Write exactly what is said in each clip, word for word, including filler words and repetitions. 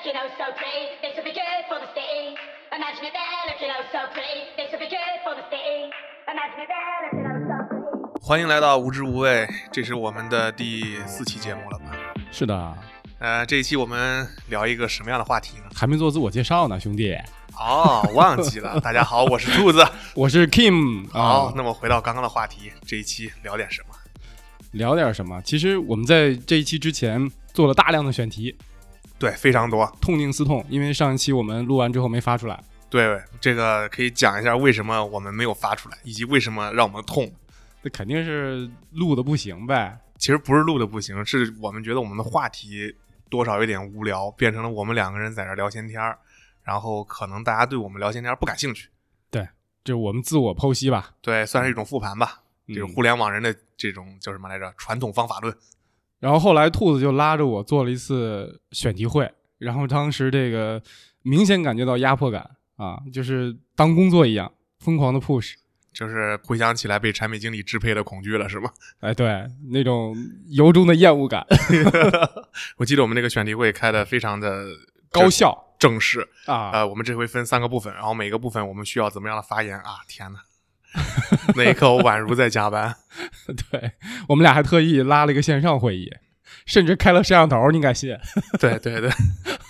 looking oh so pretty. This would be good for the city. Imagine it there looking oh so pretty. This would be good for the city. Imagine it there looking oh so pretty. 欢迎来到无知无畏，这是我们的第四期节目了吧？ 是的。 呃，这一期我们聊一个什么样的话题呢？ 还没做自我介绍呢，兄弟。 哦，忘记了。大家好，我是兔子， 我是 Kim。 好、 哦， 那么回到刚刚的话题，这一期聊点什么？ 聊点什么？其实我们在这一期之前做了大量的选题， 对，非常多， 痛定思痛，因为上一期我们录完之后没发出来。 对，这个可以讲一下为什么我们没有发出来，以及为什么让我们痛。 那肯定是录的不行呗。 其实不是录的不行，是我们觉得我们的话题多少有点无聊，变成了我们两个人在这聊闲天，然后可能大家对我们聊闲天不感兴趣。 对，这我们自我剖析吧。 对，算是一种复盘吧。 嗯、 这是互联网人的这种叫什么来着？传统方法论。 然后后来兔子就拉着我做了一次选题会，然后当时这个明显感觉到压迫感啊，就是当工作一样疯狂的 push。 就是回想起来被产品经理支配的恐惧了，是吗？ 哎，对，那种由衷的厌恶感。 我记得我们那个选题会开的非常的高效正式啊。 呃，我们这回分三个部分，然后每个部分我们需要怎么样的发言啊？天哪！那一刻我宛如在加班。 对，我们俩还特意拉了一个线上会议，甚至开了摄像头，你敢信？ 对对对。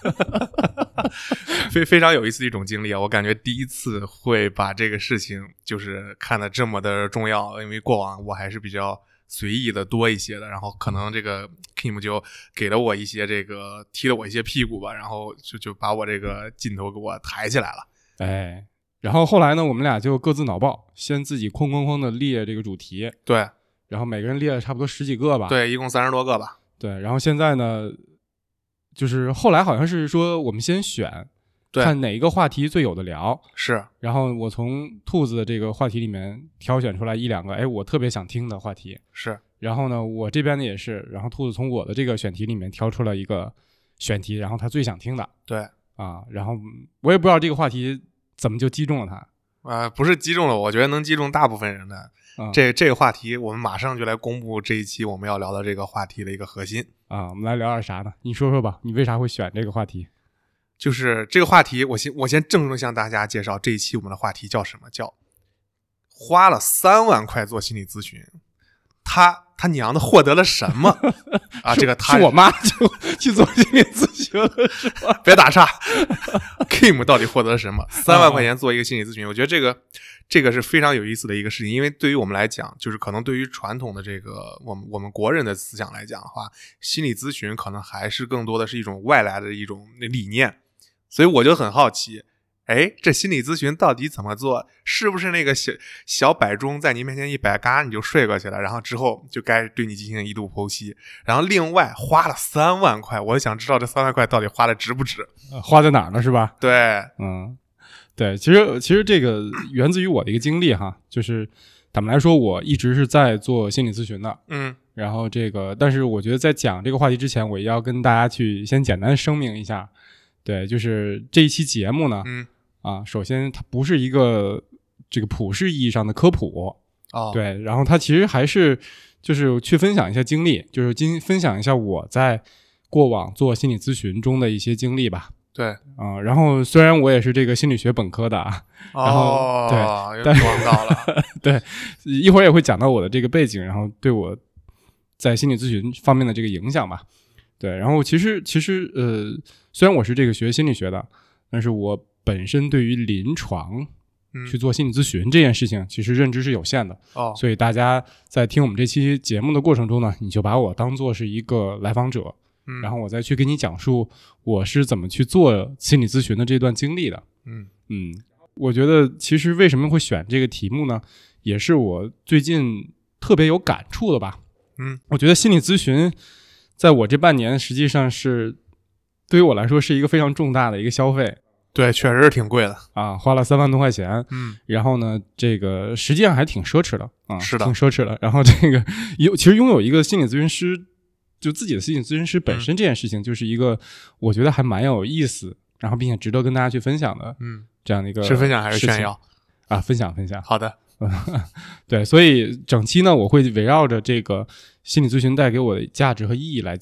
非非常有意思的一种经历啊！我感觉第一次会把这个事情就是看得这么的重要，因为过往我还是比较随意的多一些的，然后可能这个 Kim 就给了我一些这个踢了我一些屁股吧，然后就就把我这个劲头给我抬起来了。 哎，然后后来呢，我们俩就各自脑爆，先自己哐哐哐的列这个主题， 对， 然后每个人列了差不多十几个吧， 对，一共三十多个吧， 对，然后现在呢，就是后来好像是说我们先选。看哪一个话题最有的聊， 是， 然后我从兔子的这个话题里面挑选出来一两个，哎，我特别想听的话题， 是， 然后呢，我这边的也是，然后兔子从我的这个选题里面挑出了一个选题，然后他最想听的， 对， 啊，然后我也不知道这个话题怎么就击中了他， 呃，不是击中了，我觉得能击中大部分人的，嗯、这这个话题，我们马上就来公布这一期我们要聊的这个话题的一个核心啊，我们来聊点啥呢？你说说吧，你为啥会选这个话题？ 就是这个话题，我先我先郑重向大家介绍这一期我们的话题叫什么？叫花了三万块做心理咨询，他他娘的获得了什么啊？这个他是我妈就去做心理咨询了，是吧？ 别打岔，Kim 到底获得了什么？三万块钱做一个心理咨询，我觉得这个这个是非常有意思的一个事情，因为对于我们来讲，就是可能对于传统的这个我们我们国人的思想来讲的话，心理咨询可能还是更多的是一种外来的一种理念。所以我就很好奇，哎，这心理咨询到底怎么做？是不是那个小小摆钟在你面前一摆，嘎你就睡过去了？然后之后就该对你进行一度剖析。然后另外花了三万块，我想知道这三万块到底花的值不值？ 呃、花在哪儿呢？是吧？ 对， 嗯，对，其实其实这个源自于我的一个经历哈，就是坦白来说，我一直是在做心理咨询的， 嗯， 然后这个，但是我觉得在讲这个话题之前，我也要跟大家去先简单声明一下。对，就是这一期节目呢， 嗯啊，首先它不是一个这个普世意义上的科普， 哦， 对，然后它其实还是就是去分享一下经历，就是今分享一下我在过往做心理咨询中的一些经历吧， 对， 啊，然后虽然我也是这个心理学本科的啊， 哦、 然后对， 但装到了， 对，一会儿也会讲到我的这个背景，然后对我在心理咨询方面的这个影响吧。对，然后其实其实呃，虽然我是这个学心理学的，但是我本身对于临床去做心理咨询这件事情，其实认知是有限的。 哦， 所以大家在听我们这期节目的过程中呢，你就把我当作是一个来访者， 嗯， 然后我再去给你讲述我是怎么去做心理咨询的这段经历的。 嗯嗯，我觉得其实为什么会选这个题目呢？也是我最近特别有感触的吧。 嗯， 我觉得心理咨询在我这半年实际上是对于我来说是一个非常重大的一个消费。 对，确实是挺贵的啊，花了三万多块钱。 嗯， 然后呢，这个实际上还挺奢侈的啊， 是的， 挺奢侈的。然后这个有其实拥有一个心理咨询师，就自己的心理咨询师本身这件事情，就是一个、嗯、我觉得还蛮有意思，然后并且值得跟大家去分享的。 嗯， 这样的一个是分享还是炫耀啊？分享分享。 好的。 对，所以整期呢，我会围绕着这个心理咨询带给我的价值和意义来讲。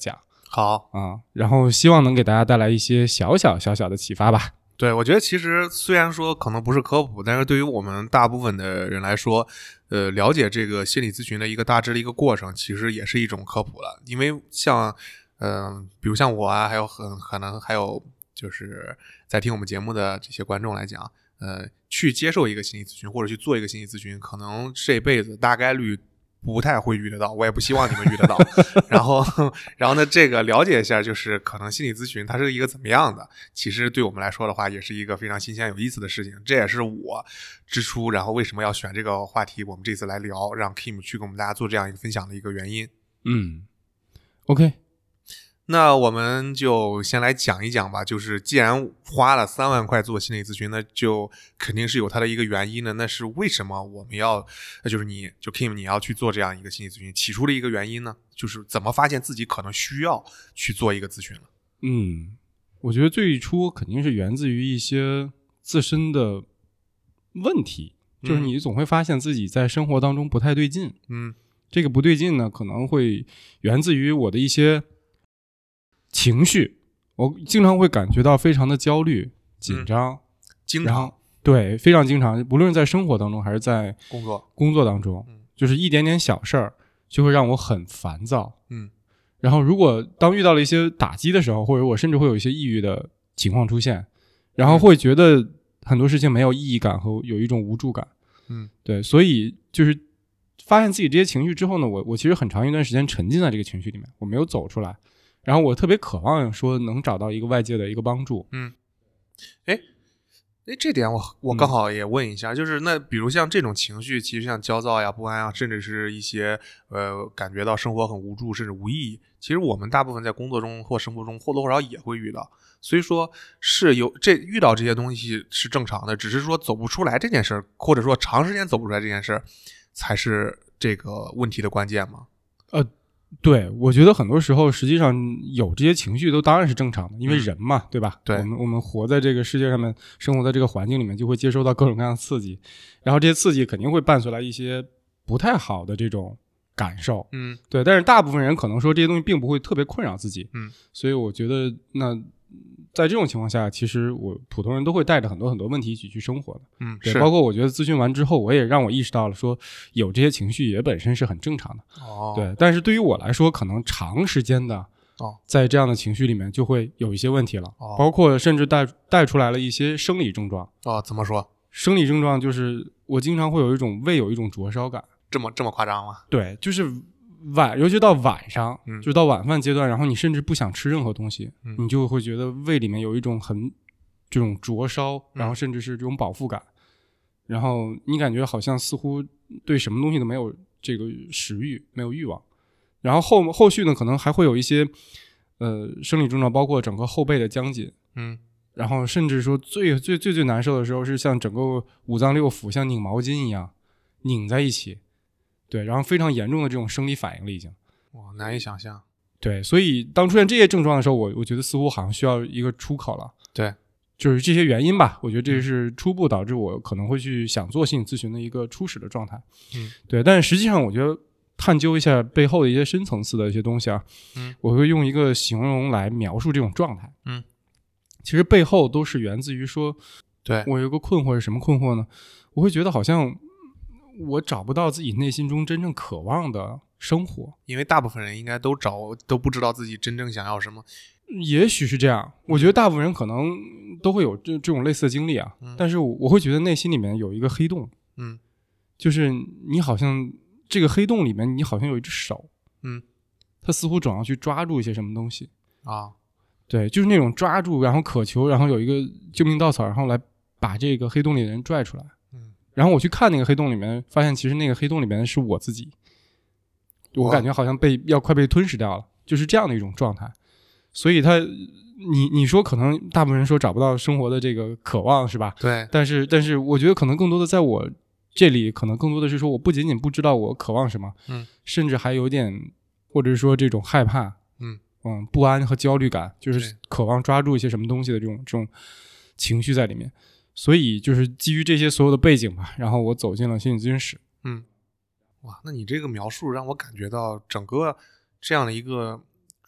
好啊，然后希望能给大家带来一些小小小小的启发吧。 对，我觉得其实虽然说可能不是科普，但是对于我们大部分的人来说，呃，了解这个心理咨询的一个大致的一个过程，其实也是一种科普了。因为像，嗯、呃，比如像我啊，还有很可能还有就是在听我们节目的这些观众来讲，呃，去接受一个心理咨询或者去做一个心理咨询，可能这辈子大概率不太会遇得到，我也不希望你们遇得到。然后，然后呢，这个了解一下，就是可能心理咨询它是一个怎么样的，其实对我们来说的话，也是一个非常新鲜有意思的事情。这也是我之初，然后为什么要选这个话题，我们这次来聊，让 Kim 去跟我们大家做这样一个分享的一个原因。 嗯 ，OK。 那我们就先来讲一讲吧，就是既然花了三万块做心理咨询，那就肯定是有它的一个原因的。那是为什么我们要，就是你就 Kim 你要去做这样一个心理咨询？起初的一个原因呢，就是怎么发现自己可能需要去做一个咨询了？ 嗯，我觉得最初肯定是源自于一些自身的问题，就是你总会发现自己在生活当中不太对劲。 嗯， 这个不对劲呢，可能会源自于我的一些情绪，我经常会感觉到非常的焦虑、紧张， 嗯、经常对，非常经常，无论是在生活当中还是在工作工作当中， 嗯、 就是一点点小事儿就会让我很烦躁。 嗯， 然后如果当遇到了一些打击的时候，或者我甚至会有一些抑郁的情况出现，然后会觉得很多事情没有意义感和有一种无助感。 嗯， 对，所以就是发现自己这些情绪之后呢，我我其实很长一段时间沉浸在这个情绪里面，我没有走出来。然后我特别渴望说能找到一个外界的一个帮助。 嗯，哎，哎，这点我我刚好也问一下，嗯、就是那比如像这种情绪，其实像焦躁呀、不安啊，甚至是一些呃感觉到生活很无助甚至无意义，其实我们大部分在工作中或生活中或多或少也会遇到。所以说是有这遇到这些东西是正常的，只是说走不出来这件事，或者说长时间走不出来这件事，才是这个问题的关键嘛。 呃。对，我觉得很多时候实际上有这些情绪都当然是正常的，因为人嘛，嗯、对吧？ 对， 我们我们活在这个世界上面，生活在这个环境里面，就会接收到各种各样的刺激，然后这些刺激肯定会伴随来一些不太好的这种感受。 嗯， 对，但是大部分人可能说这些东西并不会特别困扰自己。 嗯， 所以我觉得那在这种情况下，其实我普通人都会带着很多很多问题一起去生活的。 嗯， 对，包括我觉得咨询完之后，我也让我意识到了说，有这些情绪也本身是很正常的。 哦， 对，但是对于我来说，可能长时间的哦， 在这样的情绪里面就会有一些问题了， 哦、 包括甚至带带出来了一些生理症状。 哦，怎么说？ 生理症状就是我经常会有一种胃有一种灼烧感。 这么这么夸张吗？ 对，就是晚，尤其到晚上， 嗯， 就到晚饭阶段，然后你甚至不想吃任何东西， 嗯、 你就会觉得胃里面有一种很这种灼烧， 嗯、 然后甚至是这种饱腹感，然后你感觉好像似乎对什么东西都没有这个食欲，没有欲望。然后后后续呢，可能还会有一些呃生理症状，包括整个后背的僵紧， 嗯， 然后甚至说最最最最难受的时候是像整个五脏六腑像拧毛巾一样拧在一起。对，然后非常严重的这种生理反应了已经。 哇，难以想象。 对，所以当出现这些症状的时候，我我觉得似乎好像需要一个出口了。 对， 就是这些原因吧，我觉得这是初步导致我可能会去想做心理咨询的一个初始的状态。 嗯， 对，但是实际上我觉得探究一下背后的一些深层次的一些东西啊， 嗯， 我会用一个形容来描述这种状态。 嗯， 其实背后都是源自于说， 对， 我有一个困惑是什么困惑呢？我会觉得好像我找不到自己内心中真正渴望的生活， 因为大部分人应该都找都不知道自己真正想要什么。 也许是这样，我觉得大部分人可能都会有这这种类似的经历啊。 嗯、 但是我我会觉得内心里面有一个黑洞， 嗯， 就是你好像这个黑洞里面，你好像有一只手， 嗯， 它似乎总要去抓住一些什么东西啊， 对，就是那种抓住，然后渴求，然后有一个救命稻草，然后来把这个黑洞里的人拽出来。然后我去看那个黑洞里面，发现其实那个黑洞里面是我自己，我感觉好像被要快被吞噬掉了，就是这样的一种状态。所以他，你你说可能大部分人说找不到生活的这个渴望是吧？ 对。 但是但是我觉得可能更多的在我这里，可能更多的是说我不仅仅不知道我渴望什么， 嗯， 甚至还有点或者是说这种害怕， 嗯嗯不安和焦虑感，就是渴望抓住一些什么东西的这种这种情绪在里面。所以就是基于这些所有的背景吧，然后我走进了心理咨询室。 嗯，哇，那你这个描述让我感觉到整个这样的一个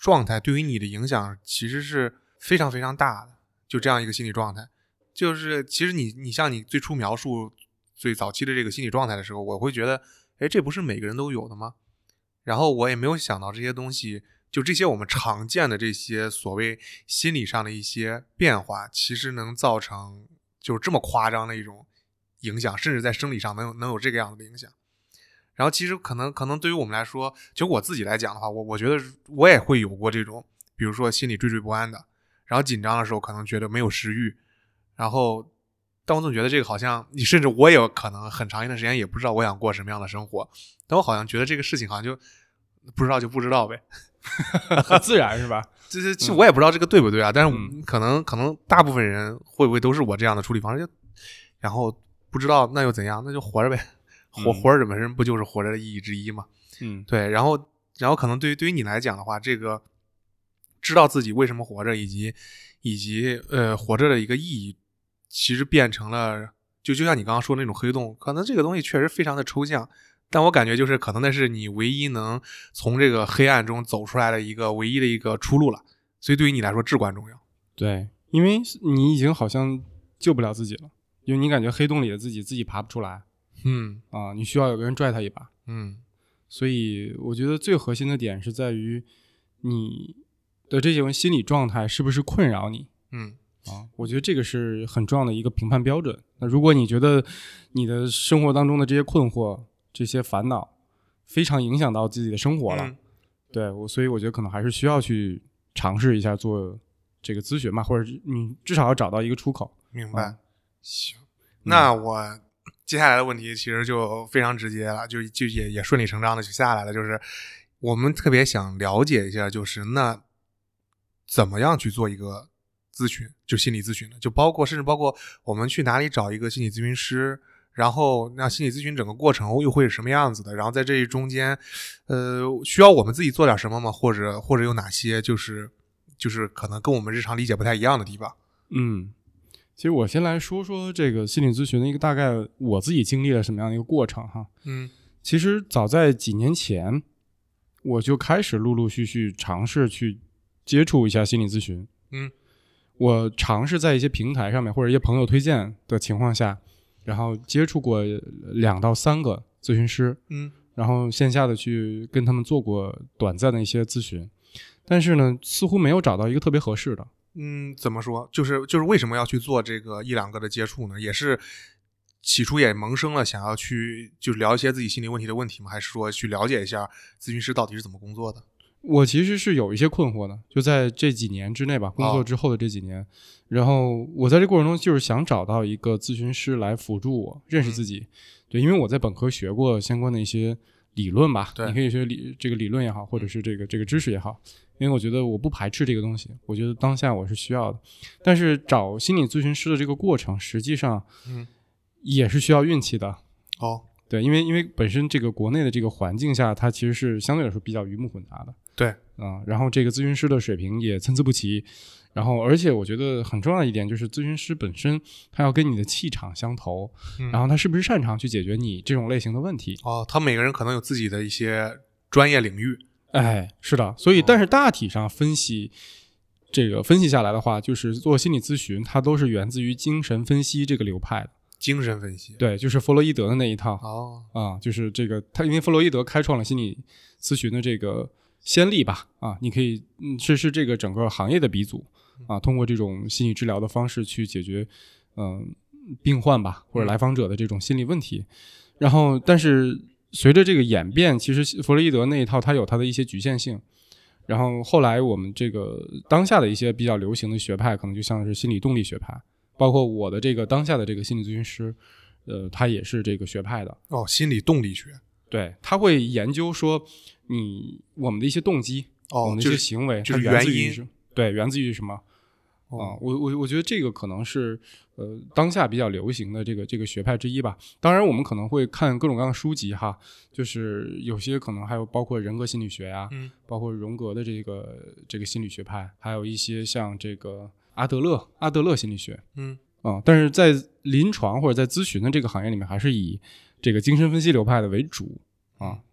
状态对于你的影响其实是非常非常大的，就这样一个心理状态。就是其实你你像你最初描述最早期的这个心理状态的时候，我会觉得，哎，这不是每个人都有的吗？然后我也没有想到这些东西，就这些我们常见的这些所谓心理上的一些变化，其实能造成就是这么夸张的一种影响，甚至在生理上能有能有这个样子的影响。然后其实可能可能对于我们来说，就我自己来讲的话，我我觉得我也会有过这种，比如说心里惴惴不安的，然后紧张的时候可能觉得没有食欲，然后但我总觉得这个好像你甚至我也有可能很长一段时间也不知道我想过什么样的生活，但我好像觉得这个事情好像就不知道就不知道呗， 很自然是吧？ 这这我也不知道这个对不对啊，但是嗯可能可能大部分人会不会都是我这样的处理方式，就然后不知道那又怎样，那就活着呗。活活着本身不就是活着的意义之一吗？ 嗯， 对，然后然后可能对于对于你来讲的话，这个知道自己为什么活着，以及以及呃活着的一个意义，其实变成了就就像你刚刚说的那种黑洞，可能这个东西确实非常的抽象，但我感觉就是可能那是你唯一能从这个黑暗中走出来的一个唯一的一个出路了，所以对于你来说至关重要。 对，因为你已经好像救不了自己了，因为你感觉黑洞里的自己自己爬不出来。 嗯啊，你需要有个人拽他一把。 嗯， 所以我觉得最核心的点是在于你的这种心理状态是不是困扰你。 嗯啊，我觉得这个是很重要的一个评判标准。那如果你觉得你的生活当中的这些困惑、这些烦恼非常影响到自己的生活了， 嗯、 对我，所以我觉得可能还是需要去尝试一下做这个咨询嘛，或者你至少要找到一个出口。 明白。 啊、 行，那我。接下来的问题其实就非常直接了，就就也也顺理成章的就下来了，就是我们特别想了解一下，就是那怎么样去做一个咨询，就心理咨询的，就包括甚至包括我们去哪里找一个心理咨询师，然后那心理咨询整个过程又会是什么样子的，然后在这中间呃需要我们自己做点什么吗？或者或者有哪些就是就是可能跟我们日常理解不太一样的地方？ 嗯。其实我先来说说这个心理咨询的一个大概我自己经历了什么样的一个过程哈。 嗯， 其实早在几年前我就开始陆陆续续尝试去接触一下心理咨询。 嗯， 我尝试在一些平台上面或者一些朋友推荐的情况下，然后接触过两到三个咨询师。 嗯， 然后线下的去跟他们做过短暂的一些咨询，但是呢似乎没有找到一个特别合适的。 嗯，怎么说？就是就是为什么要去做这个一两个的接触呢？也是起初也萌生了想要去就聊一些自己心理问题的问题吗？还是说去了解一下咨询师到底是怎么工作的？ 我其实是有一些困惑的，就在这几年之内吧，工作之后的这几年、哦、然后我在这过程中就是想找到一个咨询师来辅助我认识自己、嗯、对，因为我在本科学过相关的一些理论吧， 对， 你可以学理这个理论也好，或者是这个这个知识也好，因为我觉得我不排斥这个东西，我觉得当下我是需要的。但是找心理咨询师的这个过程实际上嗯也是需要运气的。 哦， 对，因为因为本身这个国内的这个环境下，它其实是相对来说比较鱼目混杂的。 对啊、呃，然后这个咨询师的水平也参差不齐，然后而且我觉得很重要的一点就是咨询师本身他要跟你的气场相投、嗯、然后他是不是擅长去解决你这种类型的问题。 哦，他每个人可能有自己的一些专业领域。 哎，是的，所以但是大体上分析、哦、这个分析下来的话，就是做心理咨询它都是源自于精神分析这个流派的。 精神分析， 对，就是弗洛伊德的那一套。 哦， 啊，就是这个他因为弗洛伊德开创了心理咨询的这个先例吧，啊，你可以嗯是是这个整个行业的鼻祖啊，通过这种心理治疗的方式去解决嗯、呃、病患吧或者来访者的这种心理问题。然后但是随着这个演变，其实弗洛伊德那一套它有它的一些局限性。然后后来我们这个当下的一些比较流行的学派，可能就像是心理动力学派，包括我的这个当下的这个心理咨询师，呃，他也是这个学派的。 哦，心理动力学。 对，他会研究说你我们的一些动机， 哦， 我们的一些行为， 就是它源自原因于对，源自于什么？ 哦、 啊，我我我觉得这个可能是呃当下比较流行的这个这个学派之一吧。当然，我们可能会看各种各样的书籍哈，就是有些可能还有包括人格心理学呀、啊嗯， 包括荣格的这个这个心理学派，还有一些像这个阿德勒阿德勒心理学， 嗯啊，但是在临床或者在咨询的这个行业里面，还是以这个精神分析流派的为主啊。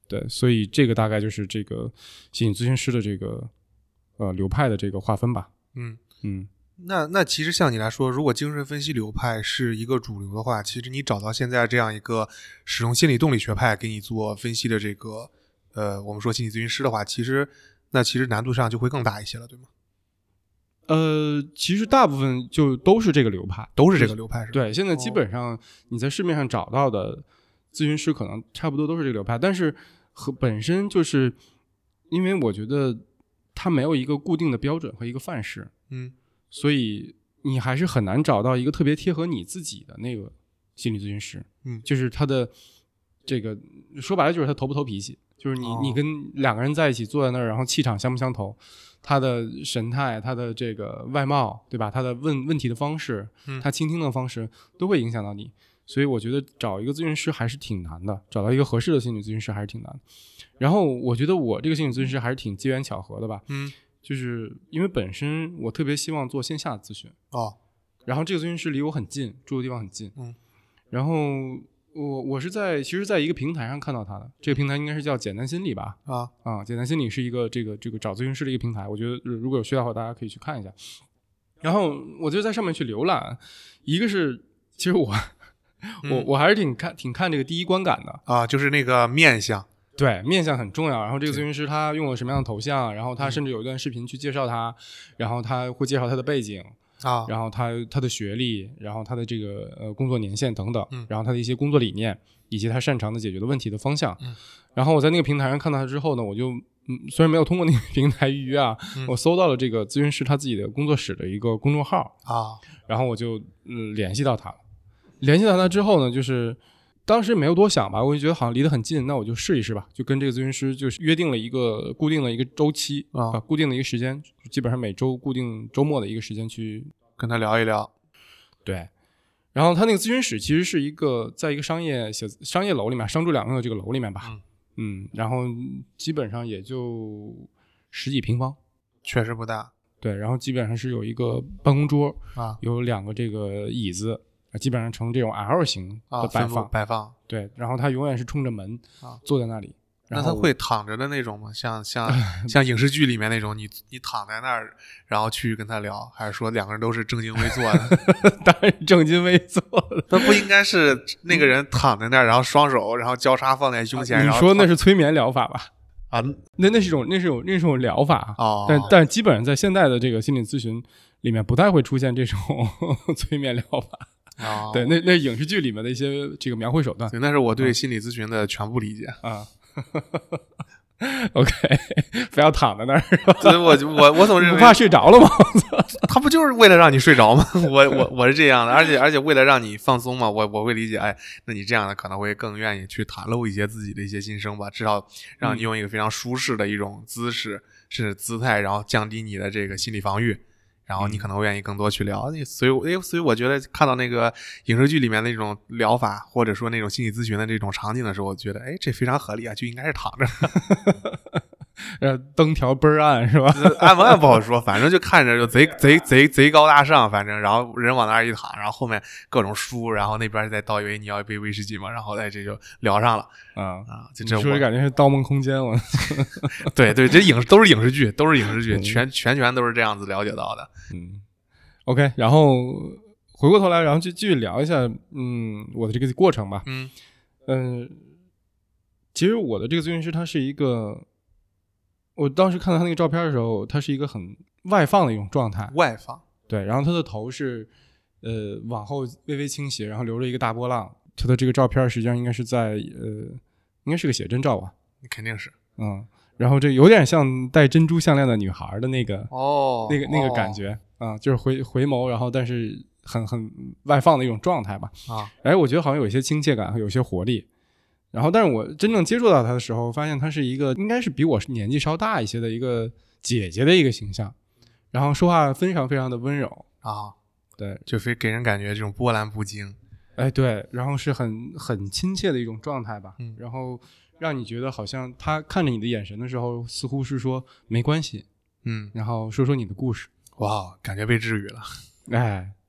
对，所以这个大概就是这个心理咨询师的这个呃流派的这个划分吧。 嗯嗯， 那那其实像你来说，如果精神分析流派是一个主流的话，其实你找到现在这样一个使用心理动力学派给你做分析的这个呃，我们说心理咨询师的话，其实那其实难度上就会更大一些了，对吗？ 呃，其实大部分就都是这个流派， 都是这个流派是吧？ 对，现在基本上你在市面上找到的咨询师可能差不多都是这个流派，但是和本身就是因为我觉得它没有一个固定的标准和一个范式， 嗯， 所以你还是很难找到一个特别贴合你自己的那个心理咨询师。 嗯， 就是他的这个说白了就是他投不投脾气，就是你、 哦、 你跟两个人在一起坐在那儿，然后气场相不相投，他的神态，他的这个外貌，对吧？他的问问题的方式，他倾听的方式都会影响到你。所以我觉得找一个咨询师还是挺难的，找到一个合适的心理咨询师还是挺难的。然后我觉得我这个心理咨询师还是挺机缘巧合的吧， 嗯， 就是因为本身我特别希望做线下咨询哦， 然后这个咨询师离我很近，住的地方很近， 嗯， 然后我我是在其实在一个平台上看到他的，这个平台应该是叫简单心理吧， 啊啊，简单心理是一个这个这个找咨询师的一个平台，我觉得如果有需要的话，大家可以去看一下。然后我就在上面去浏览，一个是其实我。我我还是挺看挺看这个第一观感的啊，就是那个面相， 对，面相很重要。然后这个咨询师他用了什么样的头像，然后他甚至有一段视频去介绍他，然后他会介绍他的背景啊， 然后他他的学历，然后他的这个呃工作年限等等， 嗯， 然后他的一些工作理念，以及他擅长的解决的问题的方向。 嗯， 然后我在那个平台上看到他之后呢，我就嗯虽然没有通过那个平台预约啊， 嗯， 我搜到了这个咨询师他自己的工作室的一个公众号啊， 然后我就嗯联系到他了。联系到他之后呢，就是当时没有多想吧，我就觉得好像离得很近，那我就试一试吧，就跟这个咨询师就是约定了一个固定的一个周期啊， 啊，固定的一个时间，基本上每周固定周末的一个时间去跟他聊一聊。 对，然后他那个咨询室其实是一个在一个商业写商业楼里面，商住两用的这个楼里面吧， 嗯嗯，然后基本上也就十几平方， 确实不大。 对，然后基本上是有一个办公桌啊， 有两个这个椅子。基本上呈这种 L 型的摆放， 啊、摆放， 对，然后他永远是冲着门啊， 坐在那里。 那他会躺着的那种吗？像像像影视剧里面那种，你你躺在那儿，然后去跟他聊，还是说两个人都是正襟危坐的？ 当然正襟危坐的。 那不应该是那个人躺在那儿，然后双手然后交叉放在胸前？ 啊、你说那是催眠疗法吧？ 啊， 那那是一种那是一种那是一种疗法哦， 但但基本上在现在的这个心理咨询里面，不太会出现这种催眠疗法。 哦， 对，那那影视剧里面的一些这个描绘手段， 那是我对心理咨询的全部理解啊。OK， 不要躺在那儿。 所以我我我总认为不怕睡着了吗？ 他不就是为了让你睡着吗？我我我是这样的，而且而且为了让你放松嘛，我我会理解。哎，那你这样的可能会更愿意去袒露一些自己的一些心声吧，至少让你用一个非常舒适的一种姿势、嗯、甚至姿态，然后降低你的这个心理防御。然后你可能愿意更多去聊，嗯、所以所以我觉得看到那个影视剧里面那种疗法，或者说那种心理咨询的这种场景的时候，我觉得哎，这非常合理啊，就应该是躺着。 呃，灯条倍儿暗是吧？ 暗不暗不好说，反正就看着就贼贼贼贼高大上，反正然后人往那儿一躺，然后后面各种书，然后那边再倒一杯你要一杯威士忌嘛，然后哎这就聊上了啊啊！就这你说感觉是《盗梦空间》我对对，这影都是影视剧，都是影视剧，全全全都是这样子了解到的。 嗯 ，OK， 然后回过头来，然后就继续聊一下，嗯，我的这个过程吧。 嗯嗯、呃，其实我的这个咨询师他是一个。我当时看到他那个照片的时候，他是一个很外放的一种状态， 外放， 对，然后他的头是呃往后微微倾斜，然后留着一个大波浪。他的这个照片实际上应该是在呃，应该是个写真照吧？ 肯定是， 嗯，然后这有点像戴珍珠项链的女孩的那个哦， 那个那个感觉啊、嗯，就是回回眸，然后但是很很外放的一种状态吧。 啊， 哎，我觉得好像有一些亲切感和有些活力。然后，但是我真正接触到他的时候，发现他是一个应该是比我年纪稍大一些的一个姐姐的一个形象，然后说话非常非常的温柔啊， 对， 就非给人感觉这种波澜不惊， 哎，对，然后是很很亲切的一种状态吧， 嗯， 然后让你觉得好像他看着你的眼神的时候，似乎是说没关系， 嗯， 然后说说你的故事， 哇，感觉被治愈了， 哎。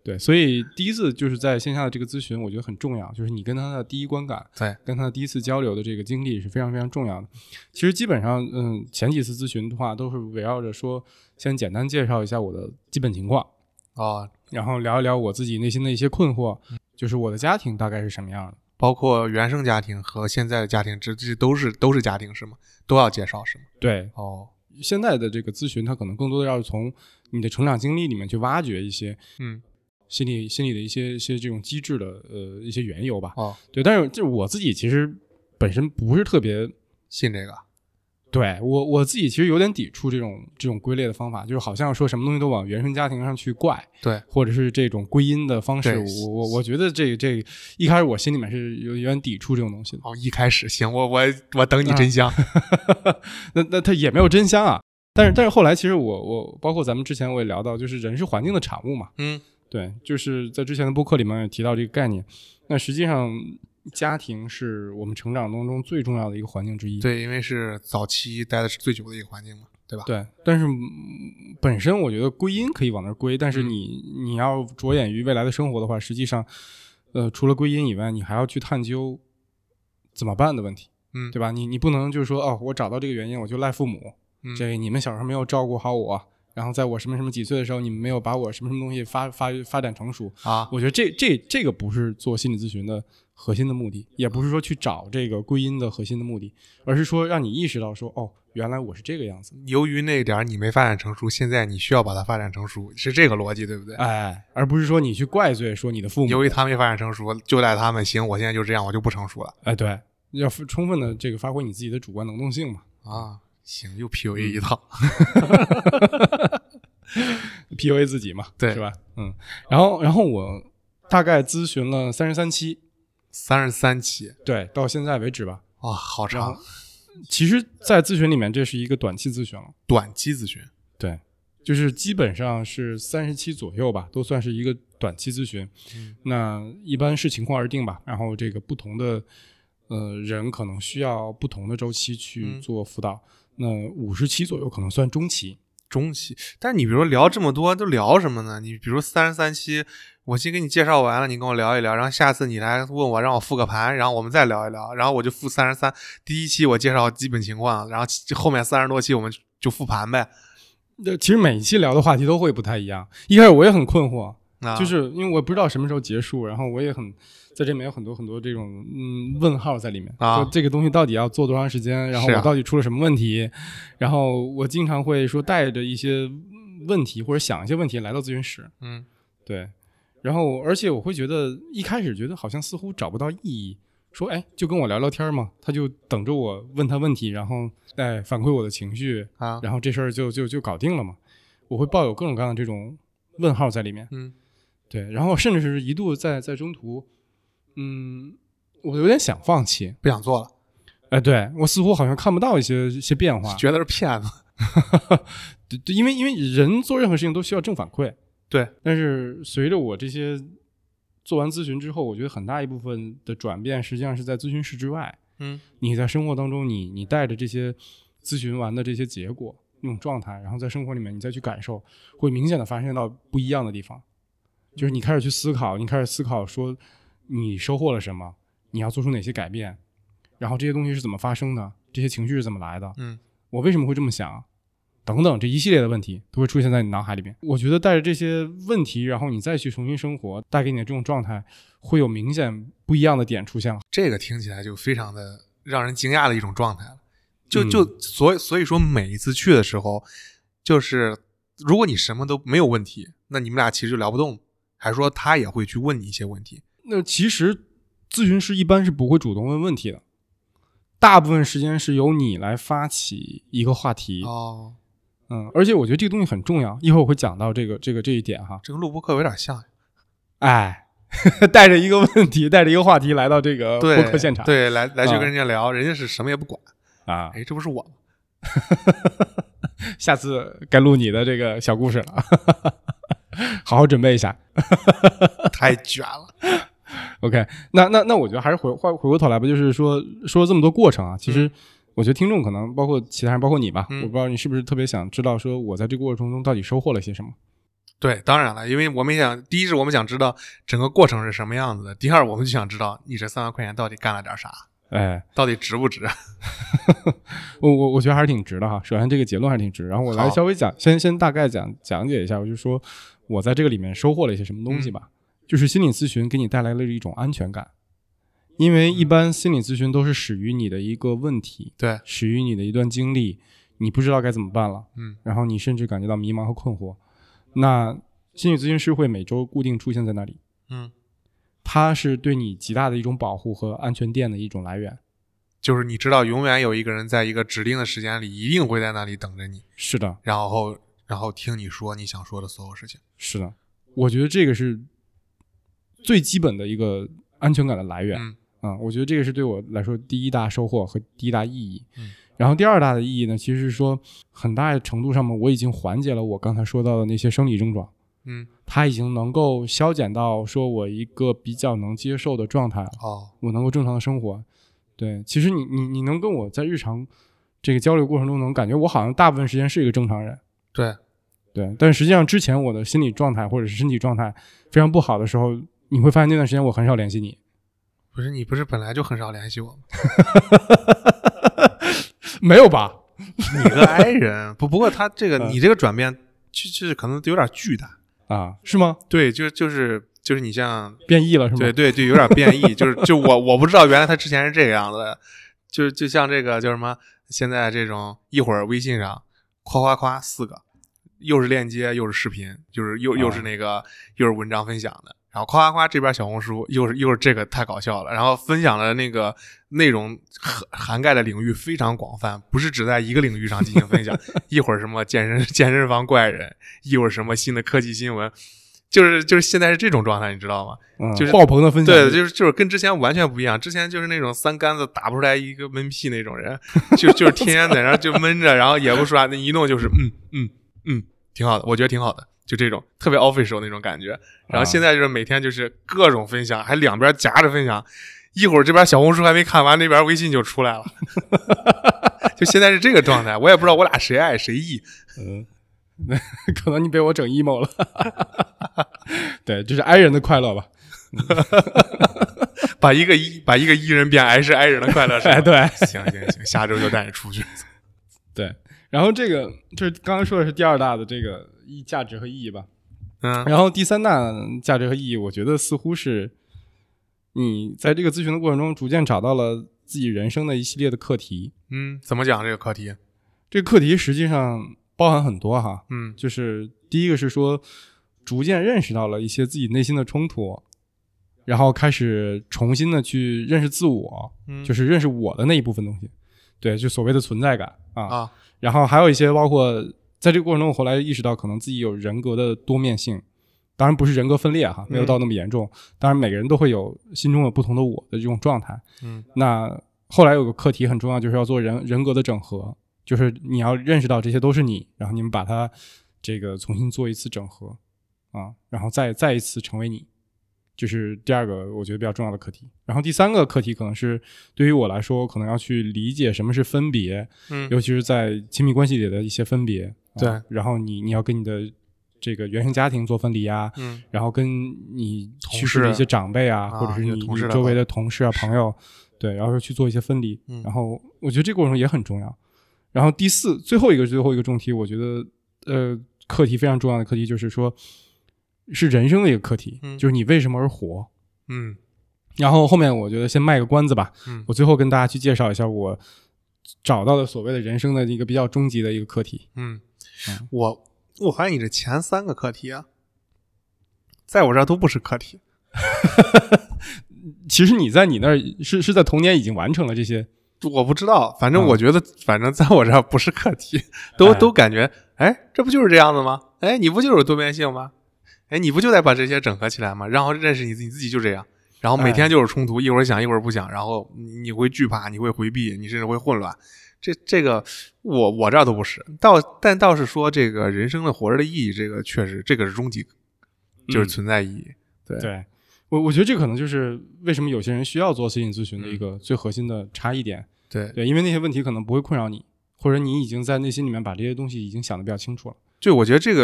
对，所以第一次就是在线下的这个咨询，我觉得很重要，就是你跟他的第一观感， 对， 跟他第一次交流的这个经历是非常非常重要的。其实基本上，嗯，前几次咨询的话，都是围绕着说，先简单介绍一下我的基本情况， 哦， 然后聊一聊我自己内心的一些困惑，就是我的家庭大概是什么样的， 包括原生家庭和现在的家庭，这这都是都是家庭是吗？都要介绍是吗？ 对， 哦， 现在的这个咨询，它可能更多的要从你的成长经历里面去挖掘一些， 嗯。 心理心理的一些一些这种机制的呃一些缘由吧。 哦， 对，但是就是我自己其实本身不是特别信这个。 对我我自己其实有点抵触这种这种归类的方法，就是好像说什么东西都往原生家庭上去怪， 对， 或者是这种归因的方式，我我我觉得这这一开始我心里面是有有点抵触这种东西的。 哦，一开始行，我我我等你真香。 啊、那那他也没有真香啊，但是但是后来其实我我包括咱们之前我也聊到，就是人是环境的产物嘛， 嗯。 对，就是在之前的播客里面也提到这个概念。那实际上，家庭是我们成长当中最重要的一个环境之一。 对，因为是早期待的是最久的一个环境嘛，对吧？ 对，但是本身我觉得归因可以往那儿归，但是你、嗯、你要着眼于未来的生活的话，实际上，呃，除了归因以外，你还要去探究怎么办的问题， 嗯， 对吧？你你不能就是说哦，我找到这个原因我就赖父母， 嗯、 这你们小时候没有照顾好我。然后在我什么什么几岁的时候，你们没有把我什么什么东西发发发展成熟啊？ 我觉得这这这个不是做心理咨询的核心的目的，也不是说去找这个归因的核心的目的，而是说让你意识到说，哦，原来我是这个样子。 由于那点你没发展成熟，现在你需要把它发展成熟，是这个逻辑，对不对？ 哎，而不是说你去怪罪说你的父母， 由于他没发展成熟，就赖他们。行，我现在就这样，我就不成熟了。 哎，对，要充分的这个发挥你自己的主观能动性嘛。 啊，行，又 P U A 一套。 P U A 自己嘛， 对， 是吧？嗯，然后，然后我大概咨询了三十三期， 三十三期， 对，到现在为止吧。 哇，好长。 其实，在咨询里面，这是一个短期咨询了。 短期咨询， 对，就是基本上是三十期左右吧，都算是一个短期咨询。 嗯， 那一般视情况而定吧。然后，这个不同的呃人可能需要不同的周期去做辅导。嗯、那五十期左右可能算中期。 中期，但是你比如说聊这么多都聊什么呢？你比如三十三期，我先给你介绍完了，你跟我聊一聊，然后下次你来问我，让我复个盘，然后我们再聊一聊，然后我就复三十三。第一期我介绍基本情况，然后后面三十多期我们就复盘呗。 其实每一期聊的话题都会不太一样。一开始我也很困惑， 啊、 就是因为我不知道什么时候结束，然后我也很在这里面有很多很多这种嗯问号在里面， 啊、 说这个东西到底要做多长时间，然后我到底出了什么问题，啊、然后我经常会说带着一些问题或者想一些问题来到咨询室， 嗯， 对，然后而且我会觉得一开始觉得好像似乎找不到意义，说哎就跟我聊聊天嘛，他就等着我问他问题，然后哎反馈我的情绪啊， 然后这事儿就就就搞定了嘛，我会抱有各种各样的这种问号在里面， 嗯， 对，然后甚至是一度在在中途。嗯，我有点想放弃， 不想做了。 哎，对，我似乎好像看不到一些一些变化， 觉得是骗子。 对对，因为因为人做任何事情都需要正反馈。 对， 但是随着我这些做完咨询之后，我觉得很大一部分的转变实际上是在咨询室之外。 嗯， 你在生活当中，你你带着这些咨询完的这些结果那种状态，然后在生活里面你再去感受，会明显的发现到不一样的地方。就是你开始去思考，你开始思考说。你收获了什么？你要做出哪些改变？然后这些东西是怎么发生的？这些情绪是怎么来的？ 嗯， 我为什么会这么想？等等，这一系列的问题都会出现在你脑海里面。我觉得带着这些问题，然后你再去重新生活，带给你的这种状态，会有明显不一样的点出现。 这个听起来就非常的让人惊讶的一种状态了。就就所以所以说，每一次去的时候，就是如果你什么都没有问题，那你们俩其实就聊不动，还是说他也会去问你一些问题？ 那其实咨询师一般是不会主动问问题的，大部分时间是由你来发起一个话题。 哦， 嗯，而且我觉得这个东西很重要，一会儿我会讲到这个这个这一点哈。 这个录播课有点像， 哎，带着一个问题，带着一个话题来到这个播客现场， 对，对来来去跟人家聊，啊、人家是什么也不管啊。 哎，这不是我吗？ 下次该录你的这个小故事了，好好准备一下。 太卷了。 OK， 那那那我觉得还是回回回过头来吧，就是说说了这么多过程啊，其实我觉得听众可能包括其他人，包括你吧， 嗯、 我不知道你是不是特别想知道说我在这个过程中到底收获了些什么。 对，当然了，因为我们想，第一是我们想知道整个过程是什么样子的，第二我们就想知道你这三万块钱到底干了点啥， 哎， 到底值不值？ 我我我觉得还是挺值的哈。首先这个结论还是挺值，然后我来稍微讲，先先大概讲讲解一下，我就说我在这个里面收获了一些什么东西吧。嗯、就是心理咨询给你带来了一种安全感，因为一般心理咨询都是始于你的一个问题， 对， 始于你的一段经历，你不知道该怎么办了， 嗯， 然后你甚至感觉到迷茫和困惑。那心理咨询师会每周固定出现在那里， 嗯， 它是对你极大的一种保护和安全垫的一种来源。 就是你知道永远有一个人在一个指定的时间里一定会在那里等着你， 是的， 然后然后听你说你想说的所有事情。 是的，我觉得这个是最基本的一个安全感的来源。 嗯啊，我觉得这个是对我来说第一大收获和第一大意义。 嗯， 然后第二大的意义呢，其实是说很大程度上面我已经缓解了我刚才说到的那些生理症状。 嗯， 它已经能够消减到说我一个比较能接受的状态。 哦， 我能够正常的生活。对，其实你你你能跟我在日常这个交流过程中能感觉我好像大部分时间是一个正常人。 对对，但实际上之前我的心理状态或者是身体状态非常不好的时候，你会发现那段时间我很少联系你。 不是，你不是本来就很少联系我吗？ 没有吧？ 你个 I 人不不过他这个、嗯、你这个转变就是可能有点巨大啊？是吗？ 对，就就是就是你像变异了是吗？ 对对对，有点变异，就是就我我不知道原来他之前是这个样子的，就就像这个叫什么，现在这种一会儿微信上夸夸夸四个，又是链接又是视频，就是又又是那个、啊、又是文章分享的。然后夸夸夸这边小红书又是又是这个太搞笑了，然后分享的那个内容涵盖的领域非常广泛，不是只在一个领域上进行分享。一会儿什么健身健身房怪人，一会儿什么新的科技新闻，就是就是现在是这种状态，你知道吗？ 嗯、 就是爆棚的分享， 对，就是就是跟之前完全不一样。之前就是那种三竿子打不出来一个闷屁那种人，就就是天天在那儿就闷着，然后也不说话，那一弄就是嗯嗯嗯，挺好的，我觉得挺好的。就这种特别 official 那种感觉，然后现在就是每天就是各种分享，还两边夹着分享，一会儿这边小红书还没看完，那边微信就出来了，就现在是这个状态，我也不知道我俩谁爱谁 E， 嗯，可能你被我整 emo 了，对，这是 I 人的快乐吧， 把一个一把一个 E 人变 I 是 I 人的快乐是吧？ 哎，对， 行行行，下周就带你出去， 对，然后这个就是刚刚说的是第二大的这个。意价值和意义吧， 嗯， 然后第三大价值和意义，我觉得似乎是你在这个咨询的过程中，逐渐找到了自己人生的一系列的课题。 嗯，怎么讲这个课题？ 这个课题实际上包含很多哈， 嗯， 就是第一个是说，逐渐认识到了一些自己内心的冲突，然后开始重新的去认识自我， 嗯， 就是认识我的那一部分东西，对，就所谓的存在感啊， 啊， 然后还有一些包括。在这个过程中，我后来意识到可能自己有人格的多面性，当然不是人格分裂哈，没有到那么严重。嗯、当然每个人都会有心中有不同的我的这种状态。 嗯， 那后来有个课题很重要，就是要做人人格的整合，就是你要认识到这些都是你，然后你们把它这个重新做一次整合啊，然后再再一次成为你。就是第二个我觉得比较重要的课题。然后第三个课题可能是对于我来说，可能要去理解什么是分别， 嗯， 尤其是在亲密关系里的一些分别。 对、 啊，然后你你要跟你的这个原生家庭做分离啊， 嗯， 然后跟你去世的一些长辈啊， 啊或者是你你周围的同事啊、朋友，对，然后去做一些分离。 嗯， 然后我觉得这个过程也很重要。然后第四，最后一个最后一个重题，我觉得呃课题非常重要的课题就是说，是人生的一个课题， 嗯、 就是你为什么而活。 嗯， 然后后面我觉得先卖个关子吧， 嗯， 我最后跟大家去介绍一下我找到的所谓的人生的一个比较终极的一个课题。 嗯， 嗯我我发现你这前三个课题啊，在我这儿都不是课题。 其实你在你那儿是是在童年已经完成了这些， 我不知道，反正我觉得，嗯、反正在我这儿不是课题，都、哎、都感觉，哎，这不就是这样子吗？哎，你不就是有多面性吗？哎，你不就得把这些整合起来吗？然后认识你自己，自己就这样，然后每天就是冲突，哎、一会儿想一会儿不想，然后你会惧怕，你会回避，你甚至会混乱。这这个我我这儿都不是，倒但倒是说这个人生的活着的意义，这个确实这个是终极，就是存在意义。嗯、对对，我我觉得这可能就是为什么有些人需要做心理咨询的一个最核心的差异点。 对对，因为那些问题可能不会困扰你，或者你已经在内心里面把这些东西已经想得比较清楚了。 对，我觉得这个。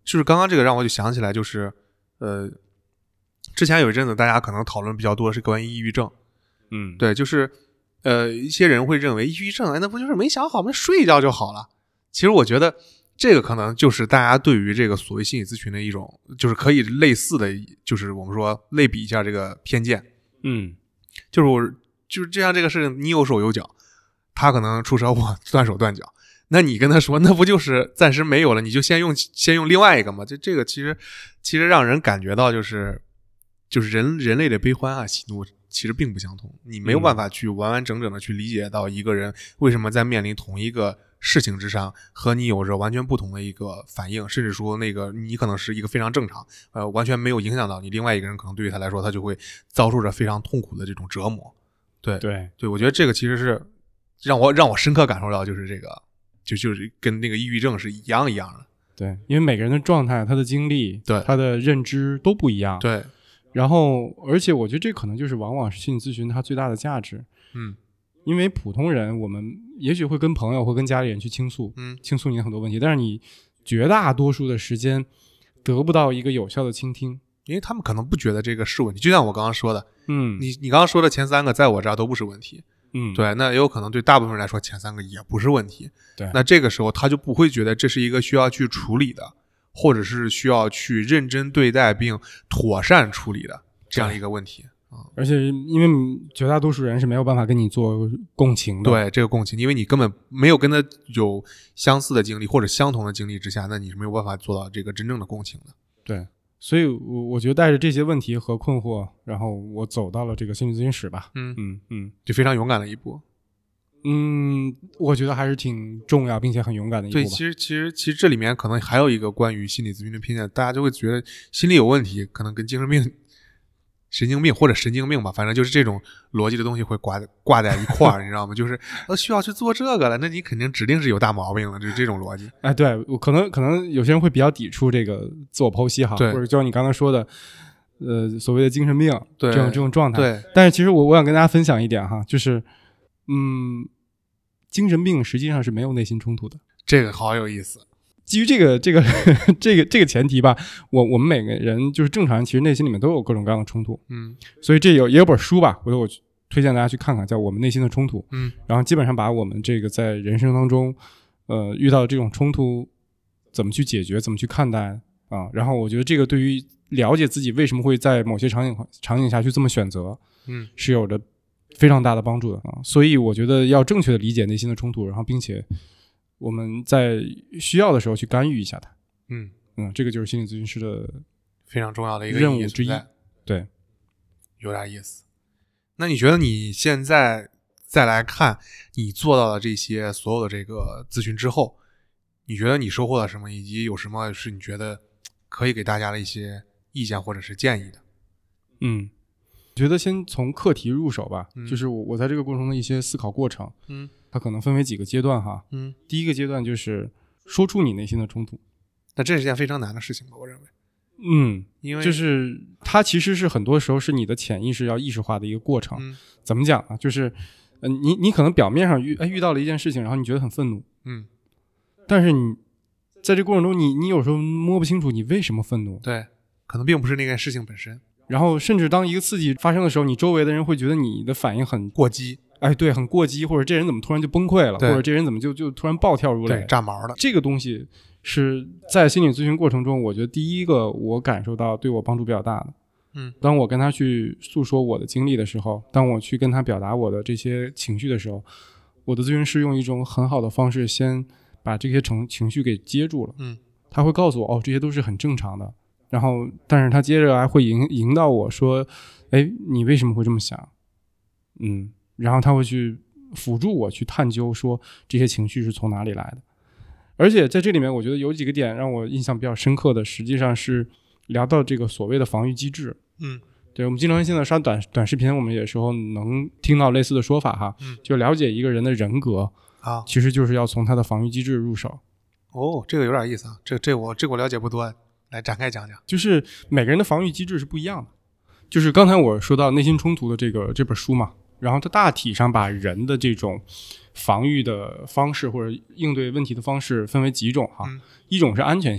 就是刚刚这个让我就想起来，就是呃，之前有一阵子大家可能讨论比较多的是关于抑郁症， 嗯， 对，就是呃一些人会认为抑郁症，哎，那不就是没想好，我们睡一觉就好了？其实我觉得这个可能就是大家对于这个所谓心理咨询的一种，就是可以类似的，就是我们说类比一下这个偏见， 嗯， 就是我就是这样这个事情，你有手有脚，他可能出车祸断手断脚。那你跟他说，那不就是暂时没有了，你就先用先用另外一个嘛？这这个其实其实让人感觉到就是就是人人类的悲欢啊喜怒其实并不相同，你没有办法去完完整整的去理解到一个人为什么在面临同一个事情之上和你有着完全不同的一个反应，甚至说那个你可能是一个非常正常，呃，完全没有影响到你，另外一个人可能对于他来说他就会遭受着非常痛苦的这种折磨。对对对，我觉得这个其实是让我让我深刻感受到，就是这个。就就是跟那个抑郁症是一样一样的， 对，因为每个人的状态、他的经历、 对他的认知都不一样， 对。 然后，而且我觉得这可能就是往往是心理咨询它最大的价值， 嗯， 因为普通人我们也许会跟朋友或跟家里人去倾诉， 嗯， 倾诉你的很多问题，但是你绝大多数的时间得不到一个有效的倾听， 因为他们可能不觉得这个是问题，就像我刚刚说的， 嗯， 你你刚刚说的前三个在我这儿都不是问题。 嗯， 对，那也有可能对大部分人来说前三个也不是问题。 对， 那这个时候他就不会觉得这是一个需要去处理的，或者是需要去认真对待并妥善处理的这样一个问题啊。 而且因为绝大多数人是没有办法跟你做共情的， 对，这个共情，因为你根本没有跟他有相似的经历或者相同的经历之下，那你是没有办法做到这个真正的共情的。 对。所以我我觉得带着这些问题和困惑，然后我走到了这个心理咨询室吧。 嗯嗯嗯， 就非常勇敢的一步。 嗯，我觉得还是挺重要并且很勇敢的一步吧。 对，其实其实其实这里面可能还有一个关于心理咨询的偏见，大家就会觉得心理有问题，可能跟精神病、神经病或者神经病吧，反正就是这种逻辑的东西会挂挂在一块儿，你知道吗？就是呃需要去做这个了，那你肯定指定是有大毛病了，就是这种逻辑。 哎，对，我可能可能有些人会比较抵触这个自我剖析哈， 对， 或者就像你刚才说的，呃，所谓的精神病对这种这种状态。 对， 但是其实我我想跟大家分享一点哈，就是嗯，精神病实际上是没有内心冲突的。 这个好有意思。 基于这个这个这个这个前提吧，我我们每个人就是正常人，其实内心里面都有各种各样的冲突， 嗯， 所以这有也有本书吧，回头我推荐大家去看看，叫《我们内心的冲突》， 嗯， 然后基本上把我们这个在人生当中，呃，遇到这种冲突怎么去解决，怎么去看待啊，然后我觉得这个对于了解自己为什么会在某些场景场景下去这么选择， 嗯， 是有着非常大的帮助的啊，所以我觉得要正确的理解内心的冲突，然后并且我们在需要的时候去干预一下它。 嗯嗯，这个就是心理咨询师的非常重要的一个任务之一。对， 有点意思。那你觉得你现在再来看你做到了这些所有的这个咨询之后，你觉得你收获了什么，以及有什么是你觉得可以给大家的一些意见或者是建议的？ 嗯，觉得先从课题入手吧， 嗯、 就是我我在这个过程中的一些思考过程。 嗯， 它可能分为几个阶段哈。 嗯， 第一个阶段就是说出你内心的冲突。 那这是件非常难的事情吧，我认为。 嗯， 因为就是它其实是很多时候是你的潜意识要意识化的一个过程。 嗯， 怎么讲啊？就是呃，你你可能表面上遇哎遇到了一件事情，然后你觉得很愤怒。 嗯， 但是你在这过程中你，你你有时候摸不清楚你为什么愤怒。 对，可能并不是那件事情本身。 然后甚至当一个刺激发生的时候，你周围的人会觉得你的反应很过激。 哎，对，很过激，或者这人怎么突然就崩溃了，或者这人怎么就就突然暴跳如雷， 炸毛了。 这个东西是在心理咨询过程中，我觉得第一个我感受到对我帮助比较大的。 嗯， 当我跟他去诉说我的经历的时候，当我去跟他表达我的这些情绪的时候，我的咨询师用一种很好的方式先把这些情情绪给接住了。 嗯， 他会告诉我，哦，这些都是很正常的。然后，但是他接着还会引引导我说，哎，你为什么会这么想？嗯，然后他会去辅助我去探究说这些情绪是从哪里来的。而且在这里面我觉得有几个点让我印象比较深刻的，实际上是聊到这个所谓的防御机制。 嗯， 对，我们经常现在刷短短视频，我们有时候能听到类似的说法哈。 嗯， 就了解一个人的人格啊， 其实就是要从他的防御机制入手。 哦，这个有点意思啊，这这我这个我了解不多，来展开讲讲。 就是每个人的防御机制是不一样的。就是刚才我说到内心冲突的这个这本书嘛，然后它大体上把人的这种防御的方式或者应对问题的方式分为几种哈。 嗯， 一种是安全性，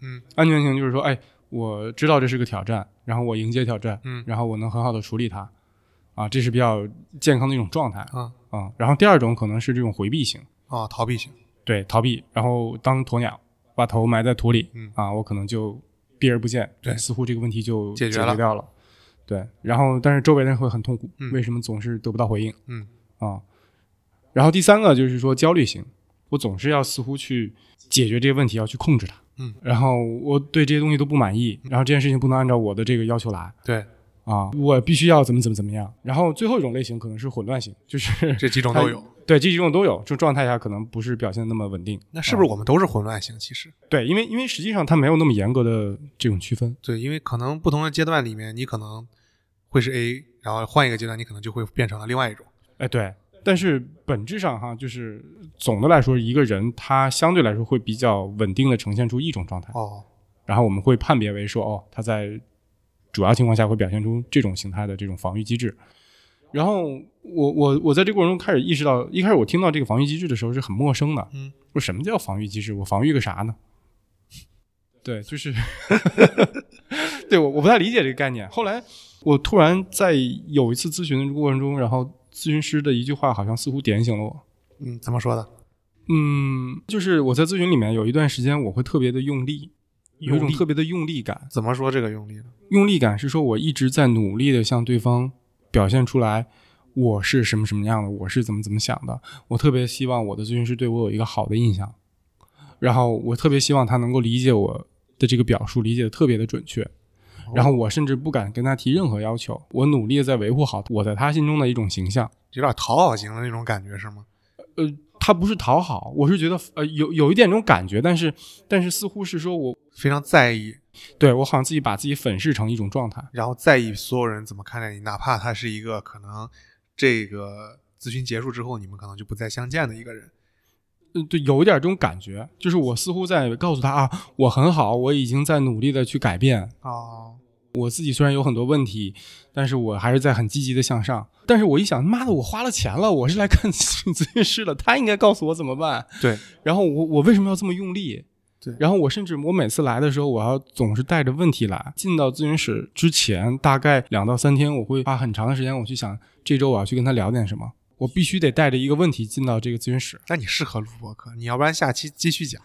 嗯， 安全型就是说，哎，我知道这是个挑战，然后我迎接挑战， 嗯， 然后我能很好的处理它，啊，这是比较健康的一种状态啊啊。然后第二种可能是这种回避型， 哦，逃避型， 对，逃避，然后当鸵鸟，把头埋在土里， 嗯啊，我可能就避而不见， 对， 似乎这个问题就解决了掉了，对，然后但是周围的人会很痛苦， 嗯、 为什么总是得不到回应？ 嗯啊，然后第三个就是说焦虑型，我总是要似乎去解决这个问题，要去控制它， 嗯， 然后我对这些东西都不满意，然后这件事情不能按照我的这个要求来， 对。 啊，我必须要怎么怎么怎么样。然后最后一种类型可能是混乱型，就是这几种都有。 对，这几种都有。这种状态下可能不是表现那么稳定。 那是不是我们都是混乱型？其实对，因为因为实际上它没有那么严格的这种区分。 对，因为可能不同的阶段里面，你可能会是 A， 然后换一个阶段，你可能就会变成了另外一种。 哎，对。但是本质上哈，就是总的来说，一个人他相对来说会比较稳定的呈现出一种状态。 哦。 然后我们会判别为说，哦，他在主要情况下会表现出这种形态的这种防御机制。然后我我我在这个过程中开始意识到，一开始我听到这个防御机制的时候是很陌生的。 嗯， 说什么叫防御机制？我防御个啥呢？对，就是对我我不太理解这个概念。后来我突然在有一次咨询的过程中，然后咨询师的一句话好像似乎点醒了我。 嗯，怎么说的？ 嗯，就是我在咨询里面有一段时间我会特别的用力。有一种特别的用力感。 怎么说这个用力呢？ 用力感是说我一直在努力的向对方表现出来我是什么什么样的，我是怎么怎么想的，我特别希望我的咨询师对我有一个好的印象，然后我特别希望他能够理解我的这个表述，理解的特别的准确，然后我甚至不敢跟他提任何要求，我努力的在维护好我在他心中的一种形象。 有点讨好型的那种感觉是吗？ 呃他不是讨好，我是觉得呃有有一点这种感觉，但是但是似乎是说我非常在意， 对，我好像自己把自己粉饰成一种状态， 然后在意所有人怎么看待你，哪怕他是一个可能这个咨询结束之后你们可能就不再相见的一个人。 嗯，对，有一点这种感觉，就是我似乎在告诉他啊，我很好，我已经在努力的去改变。 哦， 我自己虽然有很多问题，但是我还是在很积极的向上。但是我一想，妈的，我花了钱了，我是来看咨询师的，他应该告诉我怎么办。 对， 然后我我为什么要这么用力？ 对， 然后我甚至我每次来的时候，我要总是带着问题来。进到咨询室之前，大概两到三天，我会花很长的时间，我去想这周我要去跟他聊点什么。我必须得带着一个问题进到这个咨询室。 那你适合录播客，你要不然下期继续讲。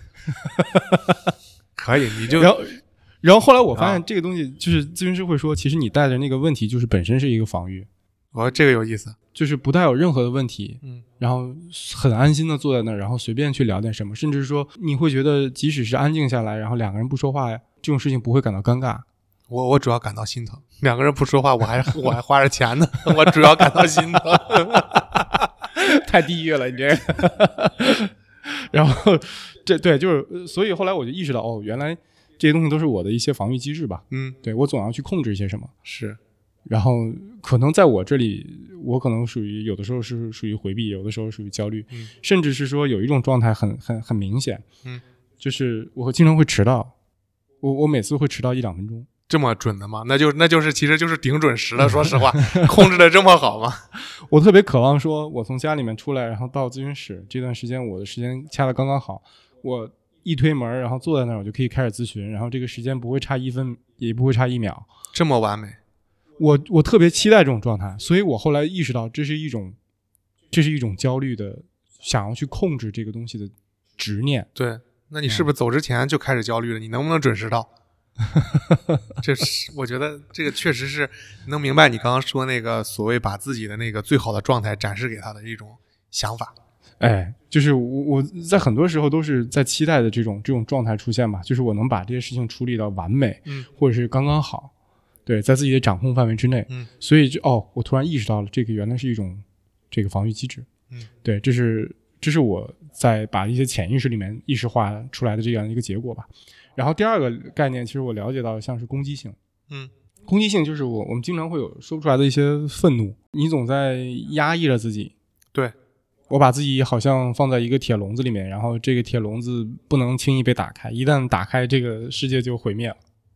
可以，你就然后。然后后来我发现这个东西就是咨询师会说，其实你带着那个问题就是本身是一个防御。 哦，这个有意思， 就是不带有任何的问题， 嗯， 然后很安心的坐在那儿，然后随便去聊点什么，甚至说你会觉得即使是安静下来，然后两个人不说话，这种事情不会感到尴尬。 我我主要感到心疼，两个人不说话，我还我还花着钱呢，我主要感到心疼。 太地狱了，你这个。然后这对就是所以后来我就意识到，哦，原来这些东西都是我的一些防御机制吧。 嗯， 对，我总要去控制一些什么。 是， 然后可能在我这里，我可能属于有的时候是属于回避，有的时候属于焦虑， 嗯， 甚至是说有一种状态很很很明显， 嗯， 就是我经常会迟到，我我每次会迟到一两分钟。 这么准的吗？那就那就是其实就是顶准时了。说实话，控制的这么好吗？ 我特别渴望说，我从家里面出来，然后到咨询室这段时间，我的时间掐得刚刚好，我一推门，然后坐在那儿，我就可以开始咨询，然后这个时间不会差一分，也不会差一秒， 这么完美。 我我特别期待这种状态，所以我后来意识到，这是一种，这是一种焦虑的，想要去控制这个东西的执念。 对，那你是不是走之前就开始焦虑了？你能不能准时到？这是我觉得这个确实是能明白你刚刚说那个所谓把自己的那个最好的状态展示给他的一种想法。 哎，就是我我在很多时候都是在期待的这种这种状态出现吧，就是我能把这些事情处理到完美， 嗯， 或者是刚刚好，对，在自己的掌控范围之内， 嗯， 所以就哦，我突然意识到了，这个原来是一种这个防御机制， 嗯， 对，这是这是我在把一些潜意识里面意识化出来的这样一个结果吧。然后第二个概念，其实我了解到像是攻击性， 嗯， 攻击性就是我我们经常会有说不出来的一些愤怒，你总在压抑着自己， 对， 我把自己好像放在一个铁笼子里面，然后这个铁笼子不能轻易被打开，一旦打开，这个世界就毁灭了。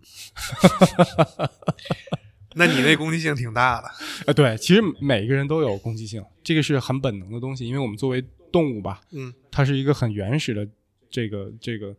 那你那攻击性挺大的。 呃，对，其实每个人都有攻击性，这个是很本能的东西，因为我们作为动物吧， 嗯， 它是一个很原始的这个这个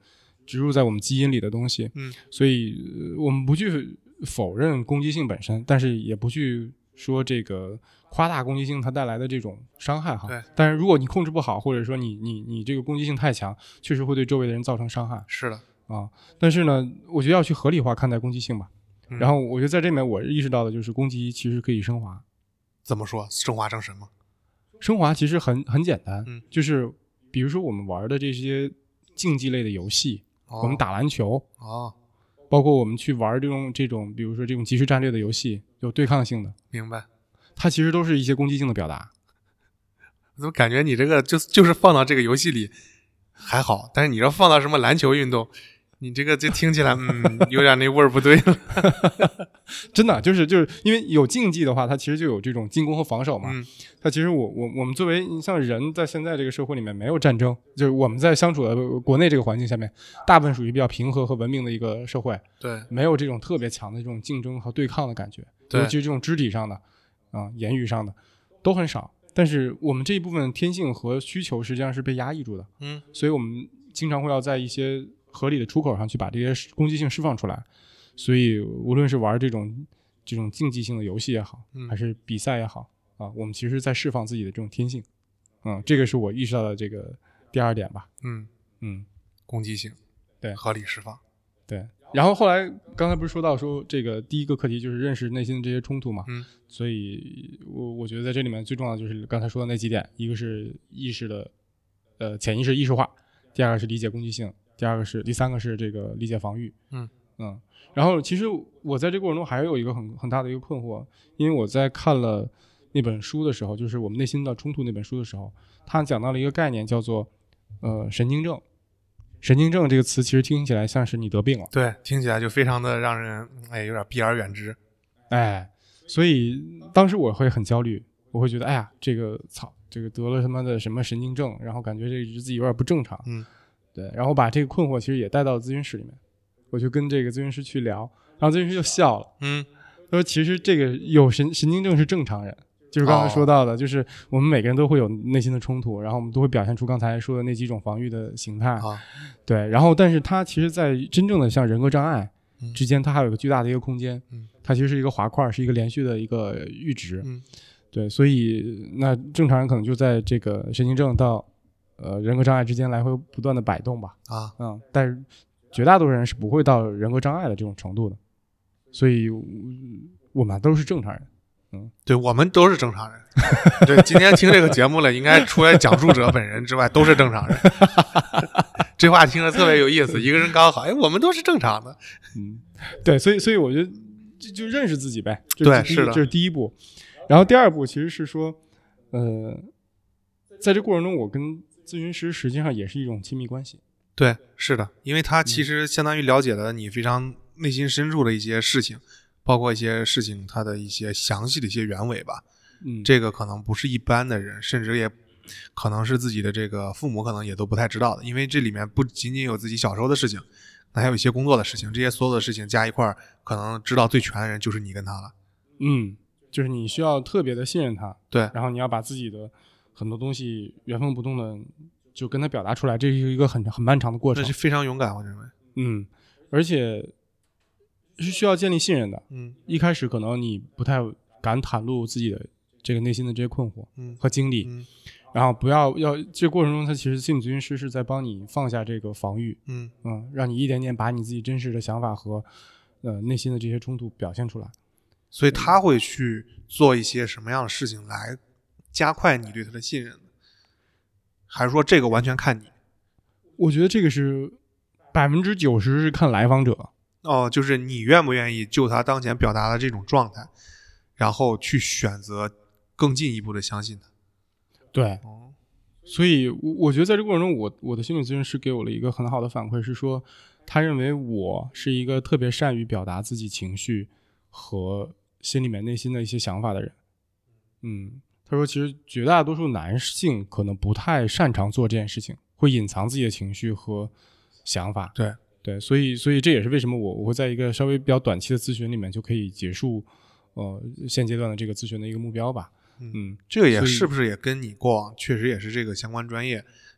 植入在我们基因里的东西。 嗯， 所以、呃我们不去否认攻击性本身，但是也不去说这个夸大攻击性它带来的这种伤害哈。 对。 但是如果你控制不好，或者说你你你这个攻击性太强，确实会对周围的人造成伤害。 是的啊，但是呢，我觉得要去合理化看待攻击性吧。 嗯、 然后我觉得在这里面我意识到的就是攻击其实可以升华。 怎么说？升华成什么？ 升华其实很很简单， 嗯， 就是比如说我们玩的这些竞技类的游戏， 哦、 我们打篮球， 哦， 包括我们去玩这种这种，比如说这种即时战略的游戏，有对抗性的， 明白？ 它其实都是一些攻击性的表达。 我怎么感觉你这个就就是放到这个游戏里还好，但是你要放到什么篮球运动，你这个就听起来嗯有点那味儿不对了。 真的就是就是因为有竞技的话，它其实就有这种进攻和防守嘛。 嗯， 它其实我我我们作为像人在现在这个社会里面没有战争，就是我们在相处的国内这个环境下面，大部分属于比较平和和文明的一个社会。 对， 没有这种特别强的这种竞争和对抗的感觉， 对， 尤其是这种肢体上的啊、呃、言语上的都很少。但是我们这一部分天性和需求实际上是被压抑住的。 嗯， 所以我们经常会要在一些合理的出口上去把这些攻击性释放出来。所以无论是玩这种这种竞技性的游戏也好、嗯、还是比赛也好啊，我们其实在释放自己的这种天性。嗯，这个是我意识到的这个第二点吧。 嗯嗯， 攻击性， 对， 合理释放， 对。然后后来刚才不是说到说这个第一个课题就是认识内心的这些冲突嘛。 嗯， 所以我我觉得在这里面最重要的就是刚才说的那几点，一个是意识的呃潜意识意识化，第二个是理解攻击性，第二个是第三个是这个理解防御。 嗯嗯，然后其实我在这个过程中还有一个很很大的一个困惑，因为我在看了那本书的时候，就是我们内心的冲突那本书的时候，他讲到了一个概念叫做呃神经症。神经症这个词其实听起来像是你得病了， 对，听起来就非常的让人哎有点避而远之， 哎，所以当时我会很焦虑，我会觉得哎呀这个操这个得了他妈的什么神经症，然后感觉这个自己有点不正常， 嗯， 对，然后把这个困惑其实也带到咨询室里面，我就跟这个咨询师去聊，然后咨询师就笑了， 嗯， 他说其实这个有神神经症是正常人。就是刚才说到的、哦、就是我们每个人都会有内心的冲突，然后我们都会表现出刚才说的那几种防御的形态、 哦、 对，然后但是它其实在真正的像人格障碍之间、嗯、它还有一个巨大的一个空间、嗯、它其实是一个滑块，是一个连续的一个阈值、嗯、对，所以那正常人可能就在这个神经症到呃人格障碍之间来回不断的摆动吧啊， 嗯，但是绝大多数人是不会到人格障碍的这种程度的，所以我们都是正常人。嗯， 对，我们都是正常人。对，今天听这个节目了，应该除了讲述者本人之外，都是正常人。这话听着特别有意思，一个人刚好，哎，我们都是正常的。 嗯，对，所以，所以我觉得就就认识自己呗。 对，是的， 这是第一步。然后第二步其实是说，呃，在这过程中，我跟咨询师实际上也是一种亲密关系。 对，是的，因为他其实相当于了解了你非常内心深处的一些事情。包括一些事情它的一些详细的一些原委吧， 嗯， 这个可能不是一般的人，甚至也可能是自己的这个父母可能也都不太知道的，因为这里面不仅仅有自己小时候的事情，那还有一些工作的事情，这些所有的事情加一块，可能知道最全的人就是你跟他了。 嗯，就是你需要特别的信任他， 对， 然后你要把自己的很多东西原封不动的就跟他表达出来，这是一个很很漫长的过程， 这是非常勇敢，我认为。 嗯，而且是需要建立信任的。 嗯， 一开始可能你不太敢袒露自己的这个内心的这些困惑和经历， 嗯嗯、 然后不要要这个过程中，他其实心理咨询师是在帮你放下这个防御， 嗯嗯，让你一点点把你自己真实的想法和呃内心的这些冲突表现出来。 所以他会去做一些什么样的事情来加快你对他的信任？还是说这个完全看你？ 我觉得这个是百分之九十是看来访者。 哦，就是你愿不愿意就他当前表达的这种状态，然后去选择更进一步的相信他。 对，哦、所以我觉得在这个过程中，我我的心理咨询师给我了一个很好的反馈，是说他认为我是一个特别善于表达自己情绪和心里面内心的一些想法的人。嗯，他说其实绝大多数男性可能不太擅长做这件事情，会隐藏自己的情绪和想法。 对。 对，所以所以这也是为什么我我会在一个稍微比较短期的咨询里面就可以结束，呃，现阶段的这个咨询的一个目标吧。嗯， 这个也是不是也跟你过往确实也是这个相关专业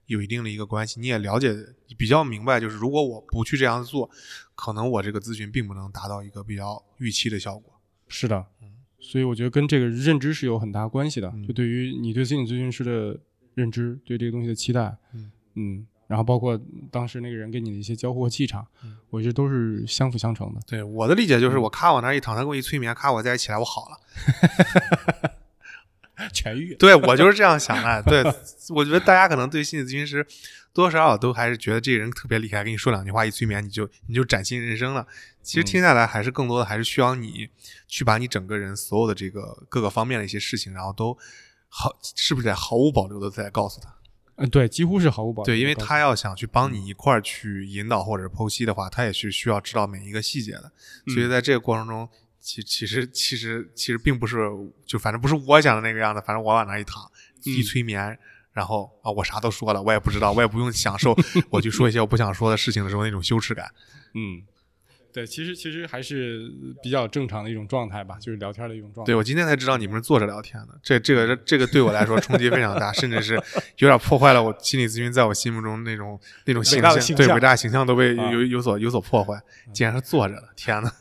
有一定的一个关系，你也了解比较明白，就是如果我不去这样做，可能我这个咨询并不能达到一个比较预期的效果。 是的，所以我觉得跟这个认知是有很大关系的， 嗯、 就对于你对心理咨询师的认知，对这个东西的期待， 嗯嗯，然后包括当时那个人给你的一些交互和气场， 嗯、 我觉得都是相辅相成的。 对，我的理解就是我咔往那一躺，他给我一催眠，咔我再起来我好了。 痊愈， 对，我就是这样想的。对，我觉得大家可能对心理咨询师多多少少都还是觉得这个人特别厉害，跟你说两句话一催眠你就你就崭新人生了。其实听下来还是更多的还是需要你去把你整个人所有的这个各个方面的一些事情，然后都好是不是得毫无保留的再告诉他。 嗯，对，几乎是毫无保留。 对，因为他要想去帮你一块儿去引导或者剖析的话，他也是需要知道每一个细节的。所以在这个过程中。其其实其实其实并不是，就反正不是我想的那个样子。反正我往那一躺，一催眠，嗯、然后啊，我啥都说了，我也不知道，我也不用享受我去说一些我不想说的事情的时候那种羞耻感。 嗯，对，其实其实还是比较正常的一种状态吧，就是聊天的一种状态。 对，我今天才知道你们是坐着聊天的，这这个这个对我来说冲击非常大，甚至是有点破坏了我心理咨询在我心目中那种那种形象， 形象对伟大形象都被有、 啊、 有所有所破坏。竟然是坐着的，天哪！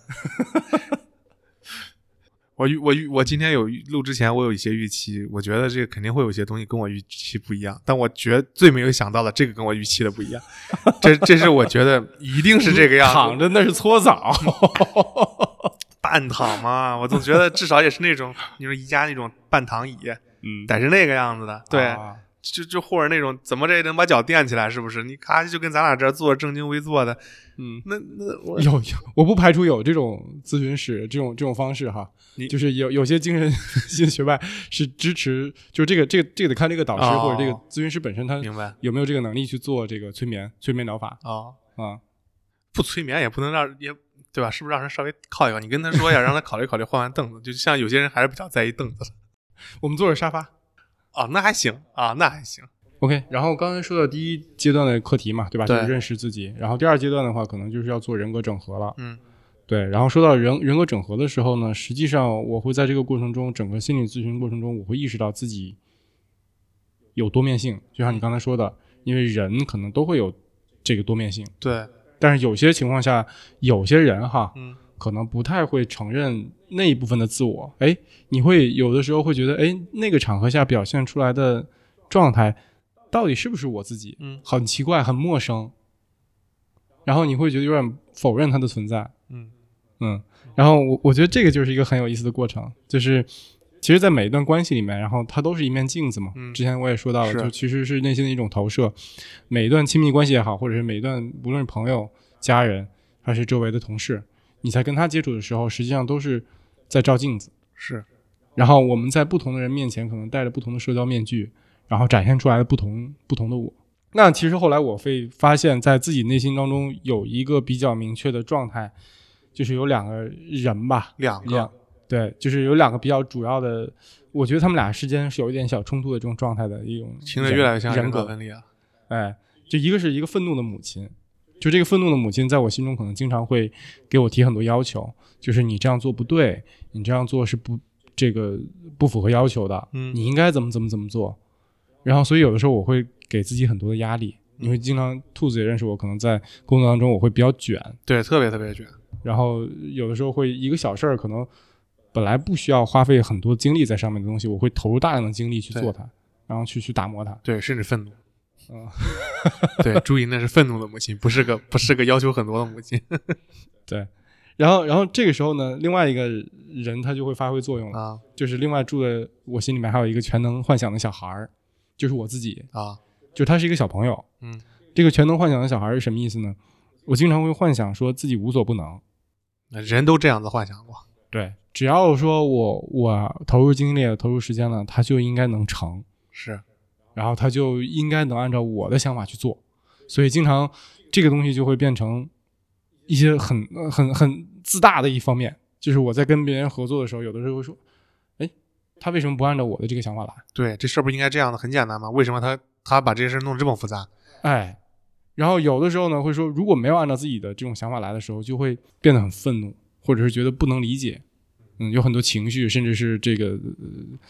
我我我今天有录之前我有一些预期，我觉得这个肯定会有一些东西跟我预期不一样，但我觉得最没有想到的这个跟我预期的不一样，这这是我觉得一定是这个样子。 躺着那是搓澡， 半躺嘛，我总觉得至少也是那种你说宜家那种半躺椅， 嗯， 得是那个样子的，对。 啊就就或者那种怎么这也能把脚垫起来，是不是？你咔就跟咱俩这坐着正襟危坐的， 嗯， 那那我有有，我不排除有这种咨询室这种这种方式哈，就是有有些精神心理学派是支持，就是这个这个这个得看这个导师、 哦、 或者这个咨询师本身他明白有没有这个能力去做这个催眠催眠疗法啊、哦、 啊， 不催眠也不能让也对吧？是不是让人稍微靠一靠？你跟他说一下，让他考虑考虑换换凳子，就像有些人还是比较在意凳子的。 我们坐着沙发。 哦，那还行啊，那还行。 OK， 然后刚才说到第一阶段的课题嘛，对吧？ 对， 就是认识自己。然后第二阶段的话，可能就是要做人格整合了。 嗯， 对。然后说到人人格整合的时候呢，实际上我会在这个过程中，整个心理咨询过程中，我会意识到自己有多面性。就像你刚才说的，因为人可能都会有这个多面性。 对。 但是有些情况下，有些人哈， 嗯， 可能不太会承认那一部分的自我。哎，你会有的时候会觉得，哎，那个场合下表现出来的状态到底是不是我自己？ 嗯，很奇怪，很陌生。然后你会觉得有点否认它的存在。 嗯嗯。然后我我觉得这个就是一个很有意思的过程，就是其实，在每一段关系里面，然后它都是一面镜子嘛。 嗯， 之前我也说到了，就其实是内心的一种投射。每一段亲密关系也好，或者是每一段无论是朋友、家人还是周围的同事，你在跟他接触的时候，实际上都是在照镜子。 是。 然后我们在不同的人面前，可能戴着不同的社交面具，然后展现出来的不同不同的我。那其实后来我会发现，在自己内心当中有一个比较明确的状态，就是有两个人吧， 两个， 对，就是有两个比较主要的，我觉得他们俩之间是有一点小冲突的这种状态的一种人， 听着越来越像人格分裂了。 哎，就一个是一个愤怒的母亲，就这个愤怒的母亲在我心中可能经常会给我提很多要求，就是你这样做不对，你这样做是不这个不符合要求的， 嗯， 你应该怎么怎么怎么做。然后所以有的时候我会给自己很多的压力，因为经常兔子也认识我，可能在工作当中我会比较卷， 对，特别特别卷。 然后有的时候会一个小事儿，可能本来不需要花费很多精力在上面的东西，我会投入大量的精力去做它，然后去去打磨它。 对，甚至愤怒。 嗯， 对，注意那是愤怒的母亲，不是个不是个要求很多的母亲。 对，然后然后这个时候呢，另外一个人他就会发挥作用了， 啊， 就是另外住在我心里面还有一个全能幻想的小孩儿，就是我自己啊， 就他是一个小朋友。 嗯， 这个全能幻想的小孩是什么意思呢？我经常会幻想说自己无所不能， 人都这样子幻想过。 对，只要说我我投入精力投入时间了，他就应该能成， 是， 然后他就应该能按照我的想法去做，所以经常这个东西就会变成一些很很很自大的一方面，就是我在跟别人合作的时候，有的时候会说，哎，他为什么不按照我的这个想法来？ 对，这事儿不应该这样的，很简单吗？为什么他他把这些事弄得这么复杂？ 哎，然后有的时候呢会说，如果没有按照自己的这种想法来的时候，就会变得很愤怒，或者是觉得不能理解，嗯，有很多情绪，甚至是这个、呃、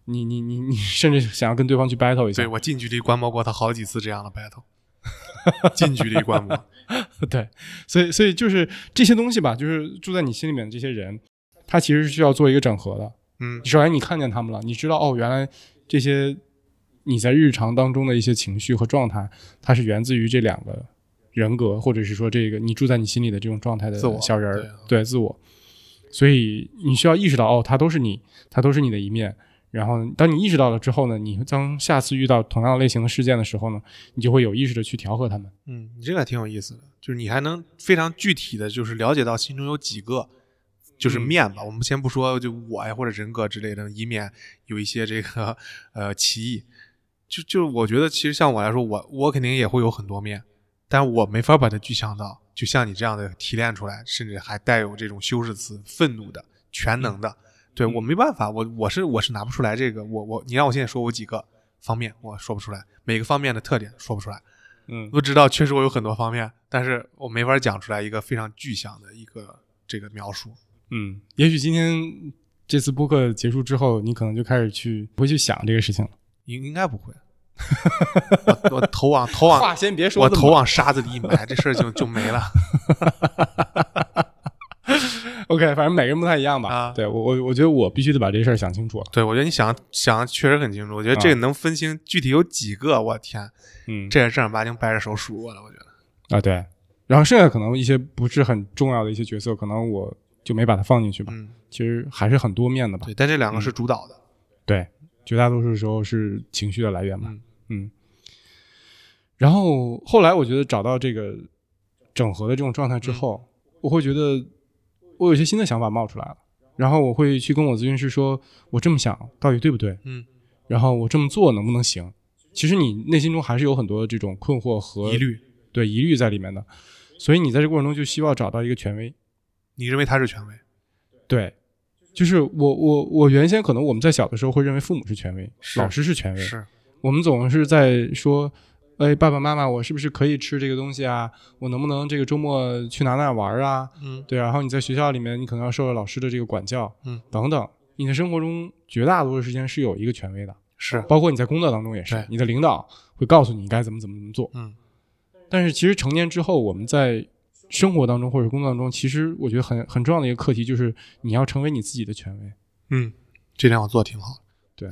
你你你你甚至想要跟对方去 battle 一下。 对，我近距离观摩过他好几次这样的 battle， 近距离观摩。 对，所以所以就是这些东西吧，就是住在你心里面的这些人，他其实是需要做一个整合的。 嗯， 首先你看见他们了，你知道哦，原来这些你在日常当中的一些情绪和状态，它是源自于这两个人格，或者是说这个你住在你心里的这种状态的小人儿，对自我。所以你需要意识到，哦，它都是你，它都是你的一面。然后当你意识到了之后呢，你当下次遇到同样类型的事件的时候呢，你就会有意识的去调和他们。 嗯，你这个还挺有意思的，就是你还能非常具体的就是了解到心中有几个就是面吧、嗯、我们先不说就我呀或者人格之类的，以免有一些这个呃歧义。就就我觉得其实像我来说，我我肯定也会有很多面，但我没法把它具象到就像你这样的提炼出来，甚至还带有这种修饰词，愤怒的、全能的。嗯，对，我没办法，我我是我是拿不出来这个，我我你让我现在说我几个方面，我说不出来，每个方面的特点说不出来。 嗯， 我知道确实我有很多方面，但是我没法讲出来一个非常具象的一个这个描述。 嗯，也许今天这次播客结束之后，你可能就开始去不会去想这个事情了。 应应该不会。我, 我头往头往话先别说， 我头往沙子里一埋，这事儿就就没了。 OK， 反正每个人不太一样吧。 啊， 对我我我觉得我必须得把这事儿想清楚了。 对，我觉得你想想确实很清楚。我觉得这个能分清具体有几个，啊、我天， 嗯， 这也正儿八经掰着手数过了。我觉得啊，对。然后剩下可能一些不是很重要的一些角色，可能我就没把它放进去吧。 嗯， 其实还是很多面的吧。 对，但这两个是主导的。 嗯、对，绝大多数时候是情绪的来源嘛。 嗯嗯。然后后来我觉得找到这个整合的这种状态之后，嗯、我会觉得。我有些新的想法冒出来了，然后我会去跟我咨询师说，我这么想到底对不对？ 嗯， 然后我这么做能不能行？其实你内心中还是有很多这种困惑和疑虑， 对疑虑在里面的，所以你在这个过程中就希望找到一个权威。 你认为他是权威？ 对，就是我我我原先可能我们在小的时候会认为父母是权威，老师是权威， 是我们总是在说。哎，爸爸妈妈，我是不是可以吃这个东西啊？我能不能这个周末去哪哪玩啊？ 嗯， 对。然后你在学校里面，你可能要受到老师的这个管教， 嗯， 等等。你的生活中绝大多数时间是有一个权威的， 是， 包括你在工作当中也是，你的领导会告诉你该怎么怎么怎么做。 嗯， 但是其实成年之后，我们在生活当中或者工作当中，其实我觉得很很重要的一个课题就是你要成为你自己的权威。 嗯，这点我做的挺好。 对。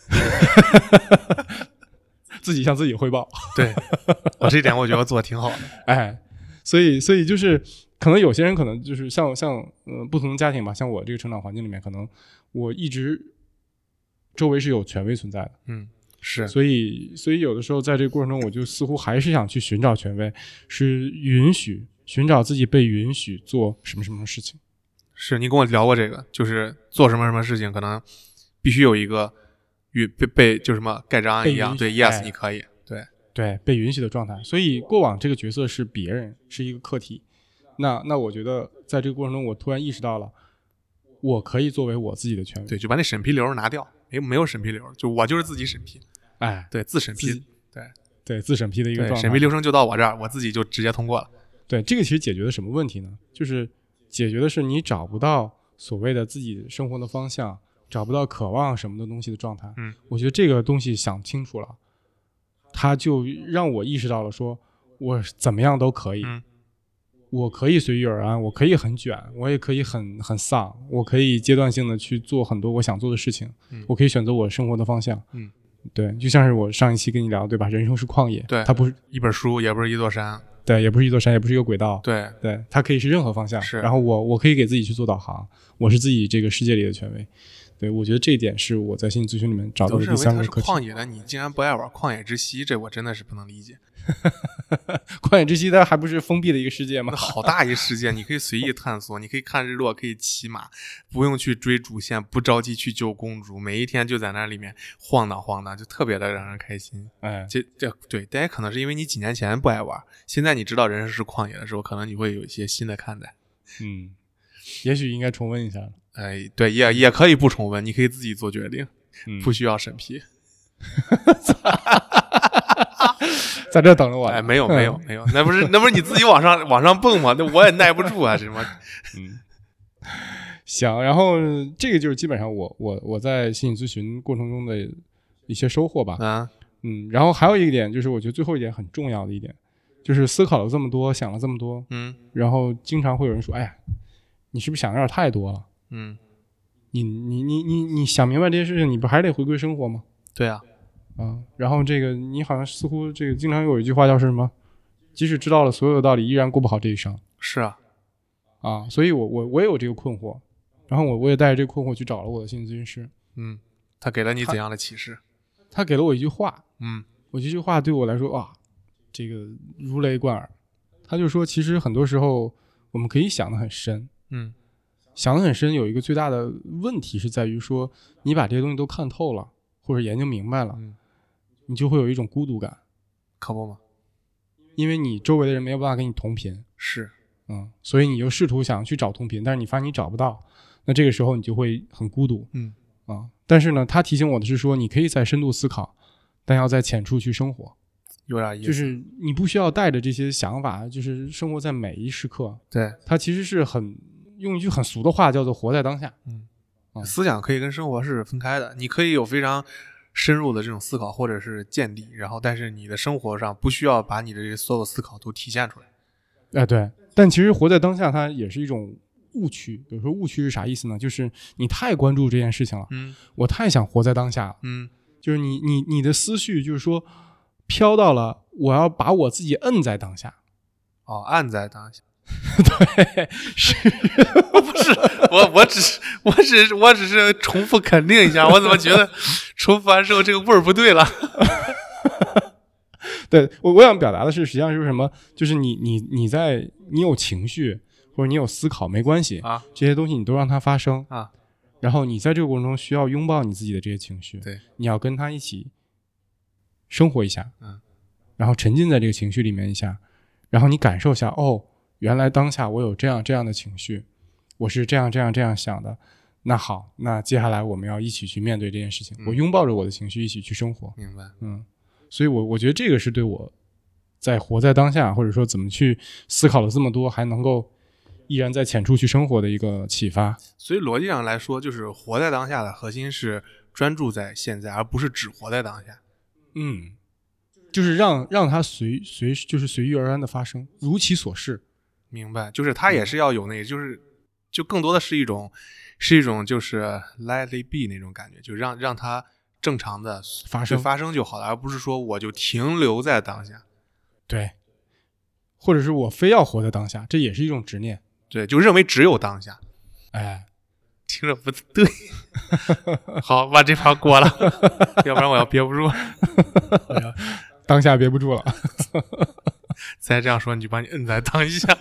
自己向自己汇报， 对，我这一点我觉得我做的挺好的， 哎，所以所以就是可能有些人可能就是像像呃不同的家庭吧，像我这个成长环境里面，可能我一直周围是有权威存在的， 嗯，是， 所以所以有的时候在这个过程中，我就似乎还是想去寻找权威，是允许寻找自己被允许做什么什么事情。 是你跟我聊过这个，就是做什么什么事情，可能必须有一个。与被被就什么盖章一样，对 ，yes， 你可以，对对，被允许的状态。所以过往这个角色是别人，是一个课题。那那我觉得在这个过程中，我突然意识到了，我可以作为我自己的权威。 对，就把那审批流拿掉，没没有审批流，就我就是自己审批。 哎， 对，自审批，对对，自审批的一个状态。 审批流程就到我这儿，我自己就直接通过了。 对，这个其实解决的什么问题呢？就是解决的是你找不到所谓的自己生活的方向。找不到渴望什么的东西的状态， 嗯， 我觉得这个东西想清楚了，他就让我意识到了说，我怎么样都可以， 嗯， 我可以随遇而安，我可以很卷，我也可以很很丧，我可以阶段性的去做很多我想做的事情， 嗯， 我可以选择我生活的方向， 嗯， 对，就像是我上一期跟你聊，对吧？人生是旷野， 对， 它不是一本书，也不是一座山， 对，也不是一座山，也不是一个轨道， 对对，它可以是任何方向， 是， 然后我我可以给自己去做导航，我是自己这个世界里的权威。对，我觉得这一点是我在心理咨询里面找到的第三个课题。 旷野的你竟然不爱玩旷野之息，这我真的是不能理解。 旷野之息它还不是封闭的一个世界吗？ 好大一世界，你可以随意探索，你可以看日落，可以骑马，不用去追主线，不着急去救公主，每一天就在那里面晃荡晃荡，就特别的让人开心。 哎， 这这对，大家可能是因为你几年前不爱玩，现在你知道人生是旷野的时候，可能你会有一些新的看待。 嗯，也许应该重温一下了。 哎，对，也也可以不重温，你可以自己做决定， 嗯、 不需要审批。 在这等着我。 哎，没有没有没有，那不是那不是你自己往上往上蹦吗？那我也耐不住啊，什么？ 嗯， 行，然后这个就是基本上我我我在心理咨询过程中的一些收获吧。 啊， 嗯，然后还有一点就是，我觉得最后一点很重要的一点，就是思考了这么多，想了这么多， 嗯然后经常会有人说：“哎呀，你是不是想的有点太多了？ 嗯， 你你你你你想明白这些事情，你不还是得回归生活吗？” 对啊， 啊，然后这个你好像似乎这个经常有一句话叫是什么？即使知道了所有的道理，依然过不好这一生。 是啊， 啊，所以我我我也有这个困惑，然后我我也带着这个困惑去找了我的心理咨询师， 嗯，他给了你怎样的启示？ 他给了我一句话， 嗯我这句话对我来说哇，这个如雷贯耳。他就说，其实很多时候我们可以想得很深， 嗯想得很深，有一个最大的问题是在于说，你把这些东西都看透了，或者研究明白了， 嗯， 你就会有一种孤独感， 可不吗？ 因为你周围的人没有办法跟你同频， 是， 嗯，所以你就试图想去找同频，但是你发现你找不到，那这个时候你就会很孤独， 嗯啊，但是呢，他提醒我的是说，你可以在深度思考，但要在浅处去生活， 有点意思， 就是你不需要带着这些想法，就是生活在每一时刻。 对， 它其实是很用一句很俗的话叫做活在当下。 嗯， 嗯思想可以跟生活是分开的，你可以有非常深入的这种思考或者是见地，然后但是你的生活上不需要把你的这些所有思考都体现出来。 哎，对，但其实活在当下它也是一种误区。比如说误区是啥意思呢？就是你太关注这件事情了， 嗯我太想活在当下了， 嗯就是你你你的思绪就是说飘到了我要把我自己摁在当下。 哦，暗在当下。 对，是不是我，我只是，我只是，我只是重复肯定一下。我怎么觉得重复完之后这个味儿不对了？ 对，我我想表达的是，实际上是什么？就是你你你在你有情绪或者你有思考没关系啊， 这些东西你都让它发生啊。 然后你在这个过程中需要拥抱你自己的这些情绪， 对， 你要跟它一起生活一下， 嗯， 然后沉浸在这个情绪里面一下，然后你感受一下，哦，原来当下我有这样这样的情绪，我是这样这样这样想的。那好，那接下来我们要一起去面对这件事情， 嗯、 我拥抱着我的情绪一起去生活。 明白， 嗯，所以我我觉得这个是对我在活在当下，或者说怎么去思考了这么多，还能够依然在浅处去生活的一个启发。 所以逻辑上来说，就是活在当下的核心是专注在现在，而不是只活在当下。 嗯，就是让让它随随就是随遇而安的发生，如其所是。 明白，就是它也是要有那个，就是就更多的是一种是一种就是 let it be 那种感觉，就让让它正常的发生发生就好了，而不是说我就停留在当下。 对，或者是我非要活在当下，这也是一种执念。 对，就认为只有当下。 哎， 听着不对。好，把这盘过了，要不然我要憋不住。 当下憋不住了。 再这样说，你就把你摁在当下。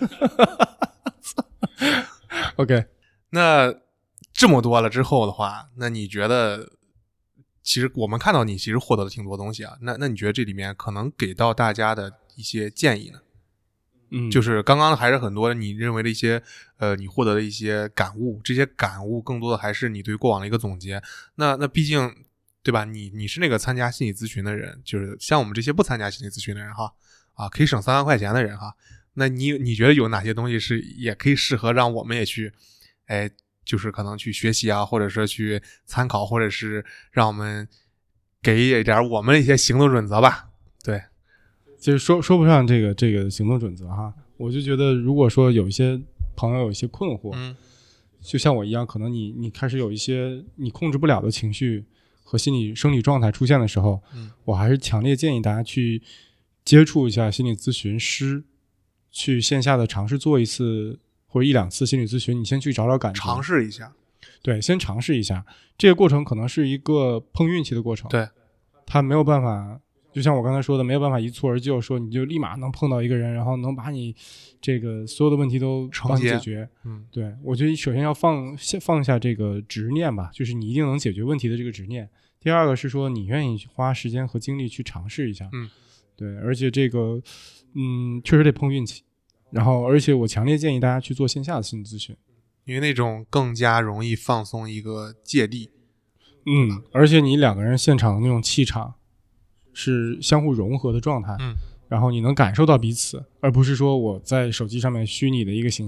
OK， 那这么多了之后的话，那你觉得，其实我们看到你其实获得了挺多东西啊。那那你觉得这里面可能给到大家的一些建议呢？ 嗯， 就是刚刚还是很多你认为的一些呃你获得的一些感悟，这些感悟更多的还是你对过往的一个总结。那那毕竟对吧？你你是那个参加心理咨询的人，就是像我们这些不参加心理咨询的人哈，啊，可以省三万块钱的人哈。那你你觉得有哪些东西是也可以适合让我们也去，哎，就是可能去学习啊，或者说去参考，或者是让我们给一点我们的一些行动准则吧？对， 其实说说不上这个这个行动准则哈，我就觉得如果说有一些朋友有一些困惑， 嗯， 就像我一样，可能你你开始有一些你控制不了的情绪和心理生理状态出现的时候， 嗯， 我还是强烈建议大家去接触一下心理咨询师，去线下的尝试做一次或者一两次心理咨询，你先去找找感觉， 尝试一下， 对，先尝试一下。这个过程可能是一个碰运气的过程， 对， 他没有办法，就像我刚才说的，没有办法一蹴而就，说你就立马能碰到一个人，然后能把你这个所有的问题都帮你解决。 嗯， 对，我觉得首先要放放下这个执念吧，就是你一定能解决问题的这个执念。第二个是说你愿意花时间和精力去尝试一下， 嗯， 对，而且这个嗯确实得碰运气。然后，而且我强烈建议大家去做线下的心理咨询， 因为那种更加容易放松一个芥蒂。 嗯，而且你两个人现场的那种气场是相互融合的状态， 嗯， 然后你能感受到彼此，而不是说我在手机上面虚拟的一个形象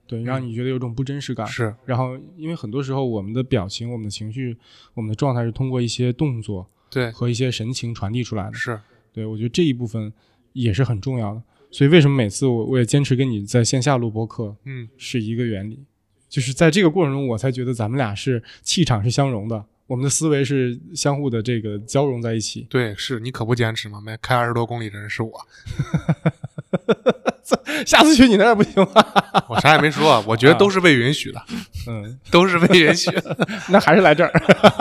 对，让你觉得有种不真实感。 是， 然后因为很多时候我们的表情、我们的情绪、我们的状态是通过一些动作对和一些神情传递出来的。 是， 对，我觉得这一部分也是很重要的。所以为什么每次我我也坚持跟你在线下录播客， 嗯， 是一个原理，就是在这个过程中，我才觉得咱们俩是气场是相融的，我们的思维是相互的这个交融在一起。 对，是你可不坚持吗？没开二十多公里的人是我。 下次去你那儿不行吗？ 我啥也没说，我觉得都是被允许的，啊、 嗯， 都是被允许的。 那还是来这儿。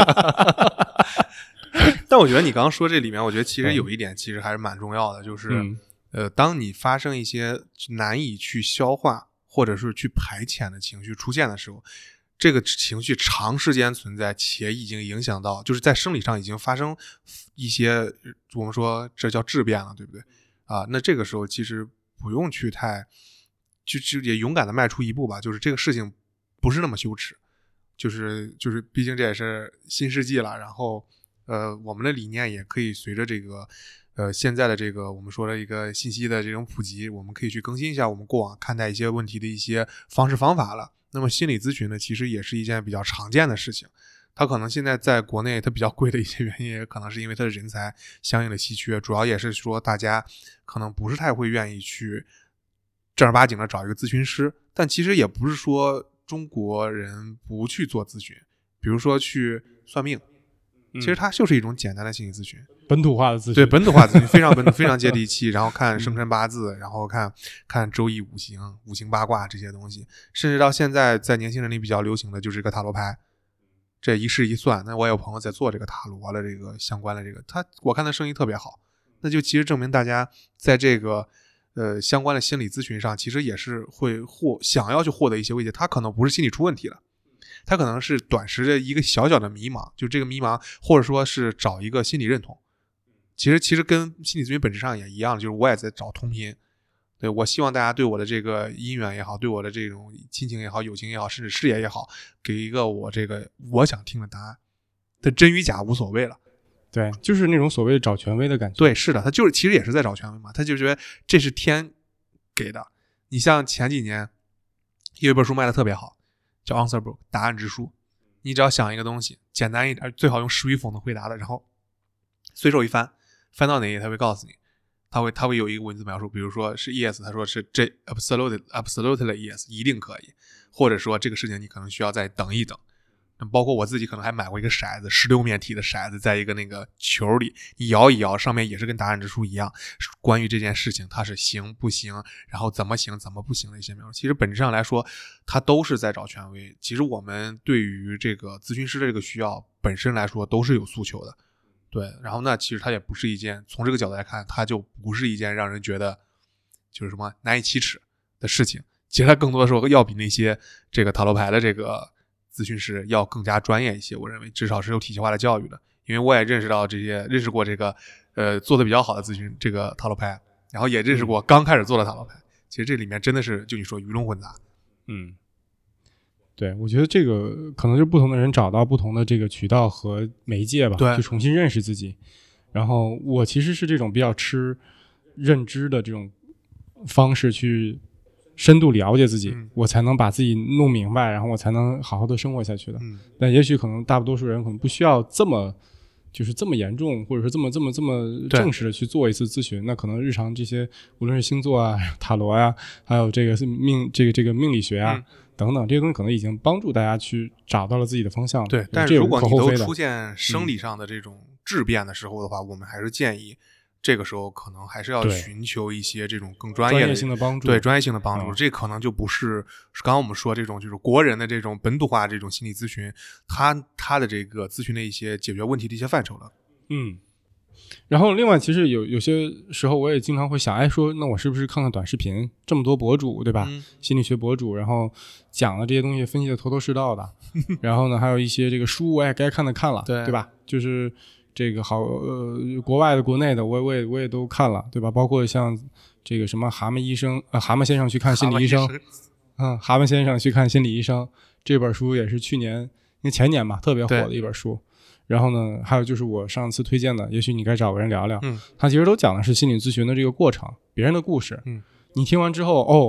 但我觉得你刚刚说这里面，我觉得其实有一点其实还是蛮重要的，就是、 嗯、 呃，当你发生一些难以去消化或者是去排遣的情绪出现的时候，这个情绪长时间存在且已经影响到，就是在生理上已经发生一些我们说这叫质变了，对不对啊？那这个时候其实不用去太就就也勇敢的迈出一步吧，就是这个事情不是那么羞耻，就是就是毕竟这也是新世纪了，然后呃我们的理念也可以随着这个呃现在的这个我们说的一个信息的这种普及，我们可以去更新一下我们过往看待一些问题的一些方式方法了。那么心理咨询呢，其实也是一件比较常见的事情，它可能现在在国内它比较贵的一些原因，也可能是因为它的人才相应的稀缺，主要也是说大家可能不是太会愿意去正儿八经的找一个咨询师，但其实也不是说中国人不去做咨询，比如说去算命，其实它就是一种简单的心理咨询， 本土化的咨询， 对，本土化咨询非常本土，非常接地气。然后看生辰八字，然后看看周易、五行、五行八卦这些东西，甚至到现在在年轻人里比较流行的就是这个塔罗牌，这一试一算。那我有朋友在做这个塔罗的这个相关的这个，他我看他生意特别好，那就其实证明大家在这个呃相关的心理咨询上，其实也是会获想要去获得一些慰藉。他可能不是心理出问题了。他可能是短时的一个小小的迷茫，就这个迷茫，或者说是找一个心理认同。其实其实跟心理咨询本质上也一样，就是我也在找同频。对，我希望大家对我的这个姻缘也好，对我的这种亲情也好，友情也好，甚至事业也好，给一个我这个我想听的答案。的真与假无所谓了。 对，就是那种所谓找权威的感觉。 对，是的，他就是其实也是在找权威嘛，他就觉得这是天给的。你像前几年有一本书卖的特别好，叫 Answer Book 答案之书，你只要想一个东西简单一点，最好用实与否能回答的，然后随手一翻，翻到哪页他会告诉你，他会他会有一个文字描述，比如说是 yes， 他说是这 absolutely absolutely yes 一定可以，或者说这个事情你可能需要再等一等。包括我自己可能还买过一个骰子，十六面体的骰子，在一个那个球里，你摇一摇，上面也是跟答案之书一样，关于这件事情它是行不行，然后怎么行怎么不行的一些描述。其实本质上来说，它都是在找权威。其实我们对于这个咨询师的这个需要本身来说都是有诉求的，对。然后呢，其实它也不是一件，从这个角度来看，它就不是一件让人觉得就是什么难以启齿的事情。其实它更多的时候要比那些这个塔罗牌的这个咨询师要更加专业一些，我认为至少是有体系化的教育的。因为我也认识到这些，认识过这个呃做的比较好的咨询这个塔罗牌，然后也认识过刚开始做的塔罗牌。其实这里面真的是就你说鱼龙混杂。 嗯，对，我觉得这个可能是不同的人找到不同的这个渠道和媒介吧， 对， 去重新认识自己。然后我其实是这种比较吃认知的这种方式去深度了解自己、嗯、我才能把自己弄明白，然后我才能好好的生活下去的、嗯、但也许可能大多数人可能不需要这么就是这么严重，或者说这么这么这么正式的去做一次咨询。那可能日常这些无论是星座啊、塔罗啊，还有这个命这个这个命理学啊、嗯、等等，这些东西可能已经帮助大家去找到了自己的方向。 对，但是如果你都出现生理上的这种质变的时候的话、嗯、我们还是建议这个时候可能还是要寻求一些这种更专业的专业性的帮助， 对专业性的帮助、嗯、这可能就不是刚刚我们说这种就是国人的这种本土化这种心理咨询，他他的这个咨询的一些解决问题的一些范畴了。 嗯，然后另外其实有有些时候我也经常会想，哎，说那我是不是看看短视频，这么多博主对吧、嗯、心理学博主，然后讲的这些东西分析的头头是道的然后呢还有一些这个书我也该看的看了， 对, 对吧，就是这个好呃，国外的国内的我我也我也都看了，对吧？包括像这个什么蛤蟆医生呃蛤蟆先生去看心理医生，嗯，蛤蟆先生去看心理医生这本书也是去年因为前年嘛特别火的一本书。然后呢还有就是我上次推荐的也许你该找个人聊聊，嗯，他其实都讲的是心理咨询的这个过程，别人的故事，嗯，你听完之后哦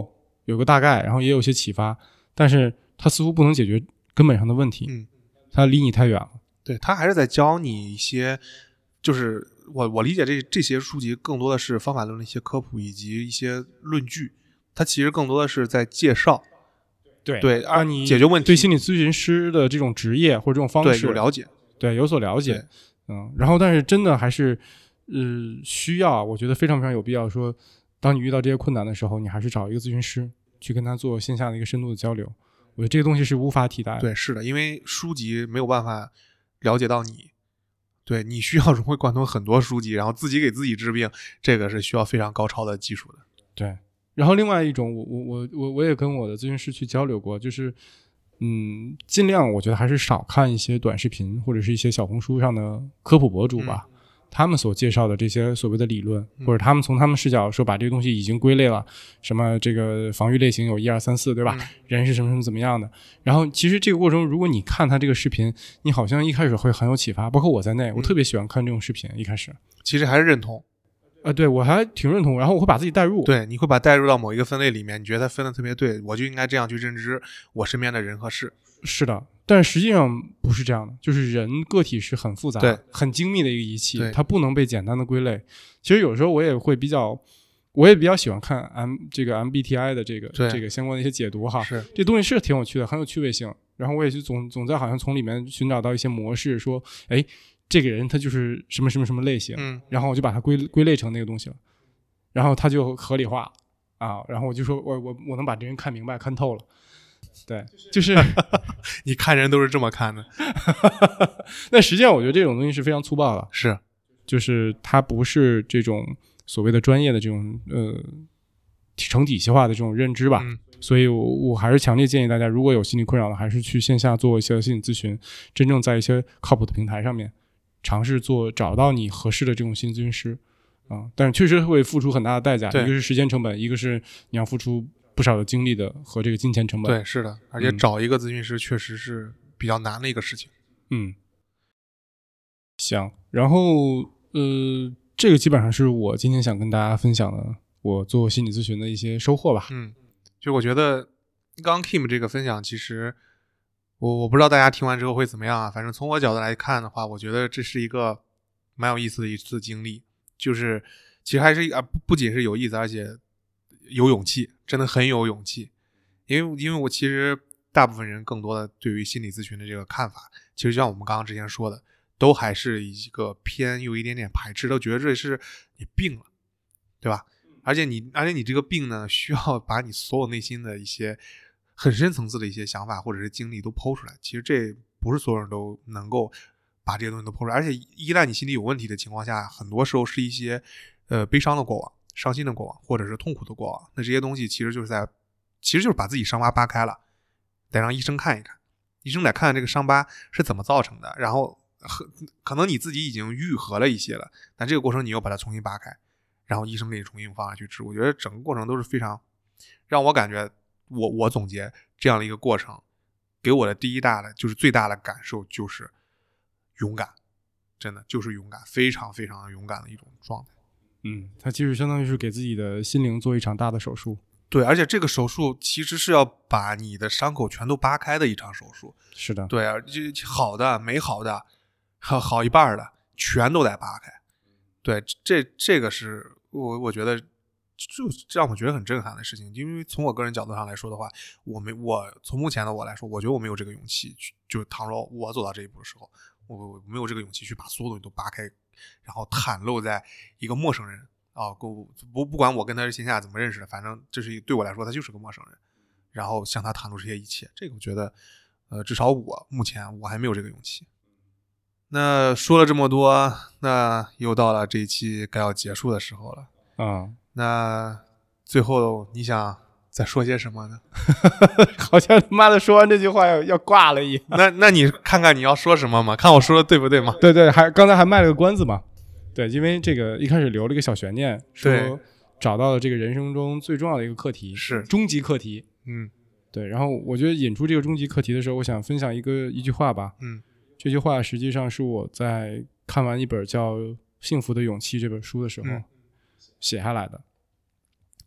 有个大概，然后也有些启发，但是它似乎不能解决根本上的问题， 嗯， 它离你太远了。 对，他还是在教你一些，就是我我理解这这些书籍更多的是方法论的一些科普以及一些论据，它其实更多的是在介绍， 对对， 让你解决问题， 对心理咨询师的这种职业或者这种方式对有了解， 对有所了解，嗯，然后但是真的还是呃需要，我觉得非常非常有必要说，当你遇到这些困难的时候，你还是找一个咨询师去跟他做线下的一个深度的交流。我觉得这个东西是无法替代的。 对，是的，因为书籍没有办法了解到你，对，你需要融会贯通很多书籍，然后自己给自己治病，这个是需要非常高超的技术的。 对，然后另外一种，我我我我我也跟我的咨询师去交流过，就是嗯，尽量我觉得还是少看一些短视频或者是一些小红书上的科普博主吧。嗯，他们所介绍的这些所谓的理论，或者他们从他们视角说把这个东西已经归类了，什么这个防御类型有一二三四，对吧？嗯，人是什么什么怎么样的？然后其实这个过程中，如果你看他这个视频，你好像一开始会很有启发，包括我在内，我特别喜欢看这种视频。一开始其实还是认同， 呃，对我还挺认同，然后我会把自己带入， 对，你会把带入到某一个分类里面，你觉得它分的特别对，我就应该这样去认知我身边的人和事。 是的，但实际上不是这样的，就是人个体是很复杂对很精密的一个仪器， 对它不能被简单的归类。其实有时候我也会比较我也比较喜欢看 M 这个 M B T I 的这个这个相关的一些解读哈， 是这东西是挺有趣的，很有趣味性。然后我也是总总在好像从里面寻找到一些模式，说哎，这个人他就是什么什么什么类型， 嗯， 然后我就把它归归类成那个东西了，然后他就合理化啊，然后我就说我我我能把这人看明白看透了。对，就是你看人都是这么看的。 那实际上我觉得这种东西是非常粗暴的， 是， 就是它不是这种所谓的专业的这种呃成体系化的这种认知吧。 嗯， 所以我我还是强烈建议大家，如果有心理困扰的，还是去线下做一些心理咨询，真正在一些靠谱的平台上面尝试做，找到你合适的这种心理咨询师啊。但是确实会付出很大的代价，一个是时间成本，一个是你要付出不少的精力的和这个金钱成本。 对，是的，而且找一个咨询师确实是比较难的一个事情。 嗯，行，然后呃，这个基本上是我今天想跟大家分享的我做心理咨询的一些收获吧。 嗯，就我觉得刚刚 Kim 这个分享，其实我我不知道大家听完之后会怎么样啊。反正从我角度来看的话，我觉得这是一个蛮有意思的一次经历，就是其实还是啊不不仅是有意思，而且有勇气，真的很有勇气。因为因为我其实大部分人更多的对于心理咨询的这个看法，其实像我们刚刚之前说的，都还是一个偏有一点点排斥，都觉得这是你病了，对吧？而且你而且你这个病呢，需要把你所有内心的一些很深层次的一些想法或者是经历都剖出来。其实这不是所有人都能够把这些东西都剖出来，而且一旦你心里有问题的情况下，很多时候是一些呃悲伤的过往、伤心的过往，或者是痛苦的过往。那这些东西其实就是在其实就是把自己伤疤扒开了，得让医生看一看，医生得看看这个伤疤是怎么造成的，然后可能你自己已经愈合了一些了，但这个过程你又把它重新扒开，然后医生给你重新用方法去治。我觉得整个过程都是非常让我感觉，我我总结这样的一个过程，给我的第一大的就是最大的感受就是勇敢，真的就是勇敢，非常非常勇敢的一种状态。 嗯，它其实相当于是给自己的心灵做一场大的手术。 对，而且这个手术其实是要把你的伤口全都扒开的一场手术。 是的， 对啊，就好的、没好的、好好一半的，全都得扒开。对，这这个是我我觉得就让我觉得很震撼的事情。因为从我个人角度上来说的话，我没我从目前的我来说，我觉得我没有这个勇气去，就倘若我走到这一步的时候，我我没有这个勇气去把所有东西都扒开，然后袒露在一个陌生人。啊，不不不管我跟他是线下怎么认识的，反正这是对我来说他就是个陌生人，然后向他袒露这些一切，这个我觉得，呃，至少我目前我还没有这个勇气。那说了这么多，那又到了这一期该要结束的时候了啊、嗯。 那最后你想再说些什么呢？ 好像他妈的说完这句话要要挂了一样。 那那你看看你要说什么嘛？看我说的对不对嘛？ 对对，还刚才还卖了个关子嘛。对，因为这个一开始留了一个小悬念，说找到了这个人生中最重要的一个课题， 是终极课题。 嗯， 对。然后我觉得引出这个终极课题的时候，我想分享一个一句话吧。 嗯， 这句话实际上是我在看完一本叫《幸福的勇气》这本书的时候、嗯、写下来的。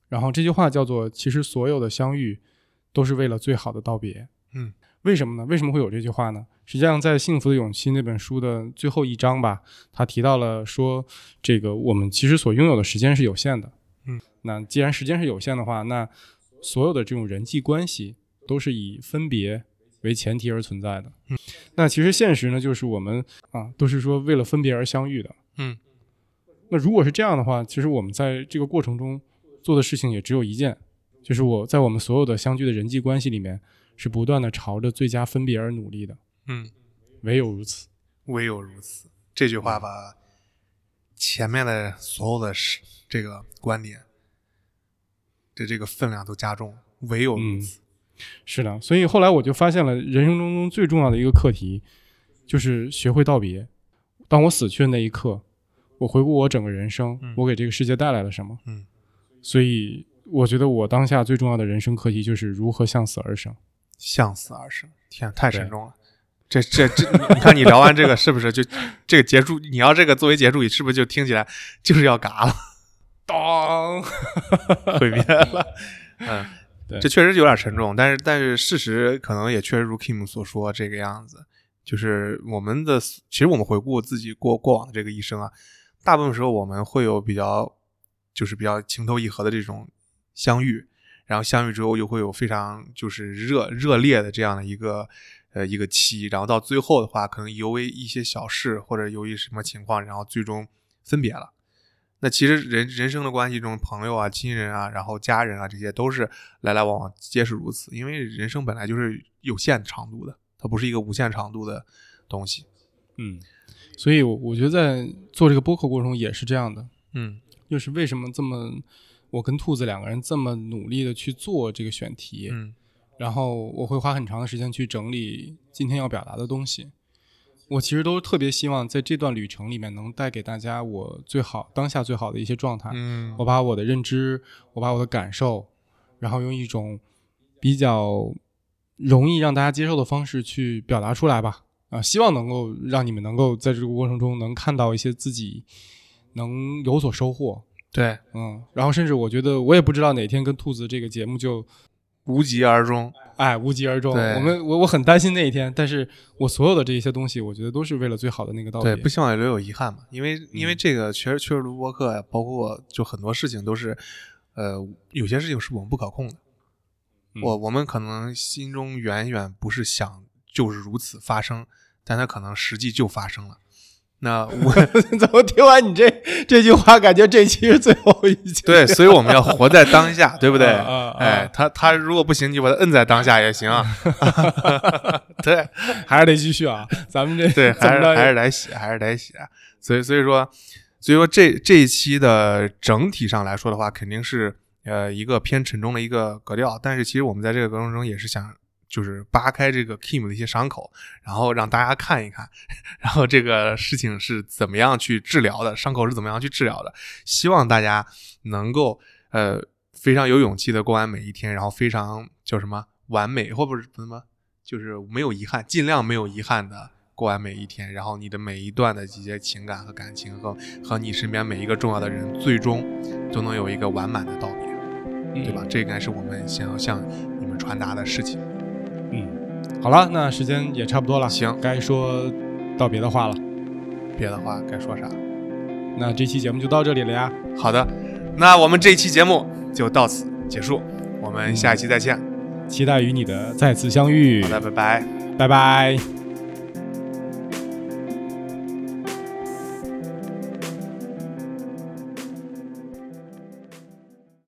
然后这句话叫做其实所有的相遇都是为了最好的道别。 嗯， 为什么呢？为什么会有这句话呢？实际上在《幸福的勇气》那本书的最后一章吧，他提到了说这个我们其实所拥有的时间是有限的。 嗯， 那既然时间是有限的话，那所有的这种人际关系都是以分别为前提而存在的。 嗯， 那其实现实呢，就是我们啊都是说为了分别而相遇的。 嗯， 那如果是这样的话，其实我们在这个过程中做的事情也只有一件，就是我在我们所有的相聚的人际关系里面是不断的朝着最佳分别而努力的。 嗯， 唯有如此， 唯有如此。这句话把前面的所有的这个观点的这个分量都加重了，唯有如此。 嗯，是的，所以后来我就发现了人生中最重要的一个课题就是学会道别。当我死去的那一刻，我回顾我整个人生， 嗯， 我给这个世界带来了什么。 嗯， 所以我觉得我当下最重要的人生课题就是如何向死而生。 向死而生，天，太沉重了。这这这，你看你聊完这个是不是就这个结束？你要这个作为结束语，是不是就听起来就是要嘎了？当，毁灭了。嗯， 对， 这确实有点沉重，但是但是事实可能也确实如 Kim 所说这个样子，就是我们的其实我们回顾自己过过往的这个一生啊，大部分时候我们会有比较就是比较情投意合的这种相遇，然后相遇之后又会有非常就是热热烈的这样的一个呃一个期，然后到最后的话可能由于一些小事或者由于什么情况，然后最终分别了。那其实人人生的关系中，朋友啊、亲人啊，然后家人啊，这些都是来来往往，皆是如此。因为人生本来就是有限长度的，它不是一个无限长度的东西。 嗯，所以我我觉得在做这个播客过程中也是这样的。 嗯， 就是为什么这么我跟兔子两个人这么努力的去做这个选题， 嗯， 然后我会花很长的时间去整理今天要表达的东西。我其实都特别希望在这段旅程里面能带给大家我最好当下最好的一些状态。 嗯， 我把我的认知，我把我的感受，然后用一种比较容易让大家接受的方式去表达出来吧。啊，希望能够让你们能够在这个过程中能看到一些自己能有所收获。 对， 嗯，然后甚至我觉得我也不知道哪天跟兔子这个节目就无疾而终。 哎，无疾而终。我们我我很担心那一天，但是我所有的这些东西，我觉得都是为了最好的那个道别。 对，不希望留有遗憾嘛，因为因为这个确实确实录播客呀，包括就很多事情都是，呃，有些事情是我们不可控的。 嗯、 我我们可能心中远远不是想就是如此发生，但它可能实际就发生了。那我怎么听完你这这句话，感觉这期是最后一期？ 对，所以我们要活在当下，对不对？ 啊啊啊、 哎，他他如果不行，你把他摁在当下也行。对， 还是得继续啊，咱们这对，还是还是得写，还是得写。所以所以说，所以说这这一期的整体上来说的话，肯定是呃一个偏沉重的一个格调。但是其实我们在这个过程中也是想。就是扒开这个 Kim 的一些伤口，然后让大家看一看，然后这个事情是怎么样去治疗的，伤口是怎么样去治疗的。希望大家能够呃非常有勇气的过完每一天，然后非常叫什么完美，或者是什么，就是没有遗憾，尽量没有遗憾的过完每一天。然后你的每一段的这些情感和感情和和你身边每一个重要的人，最终都能有一个完满的道别，对吧？这应该是我们想要向你们传达的事情。 嗯，好了，那时间也差不多了， 行， 该说道别的话了。 别的话该说啥？ 那这期节目就到这里了呀。 好的，那我们这期节目就到此结束，我们下一期再见， 期待与你的再次相遇。 好的，拜拜， 拜拜。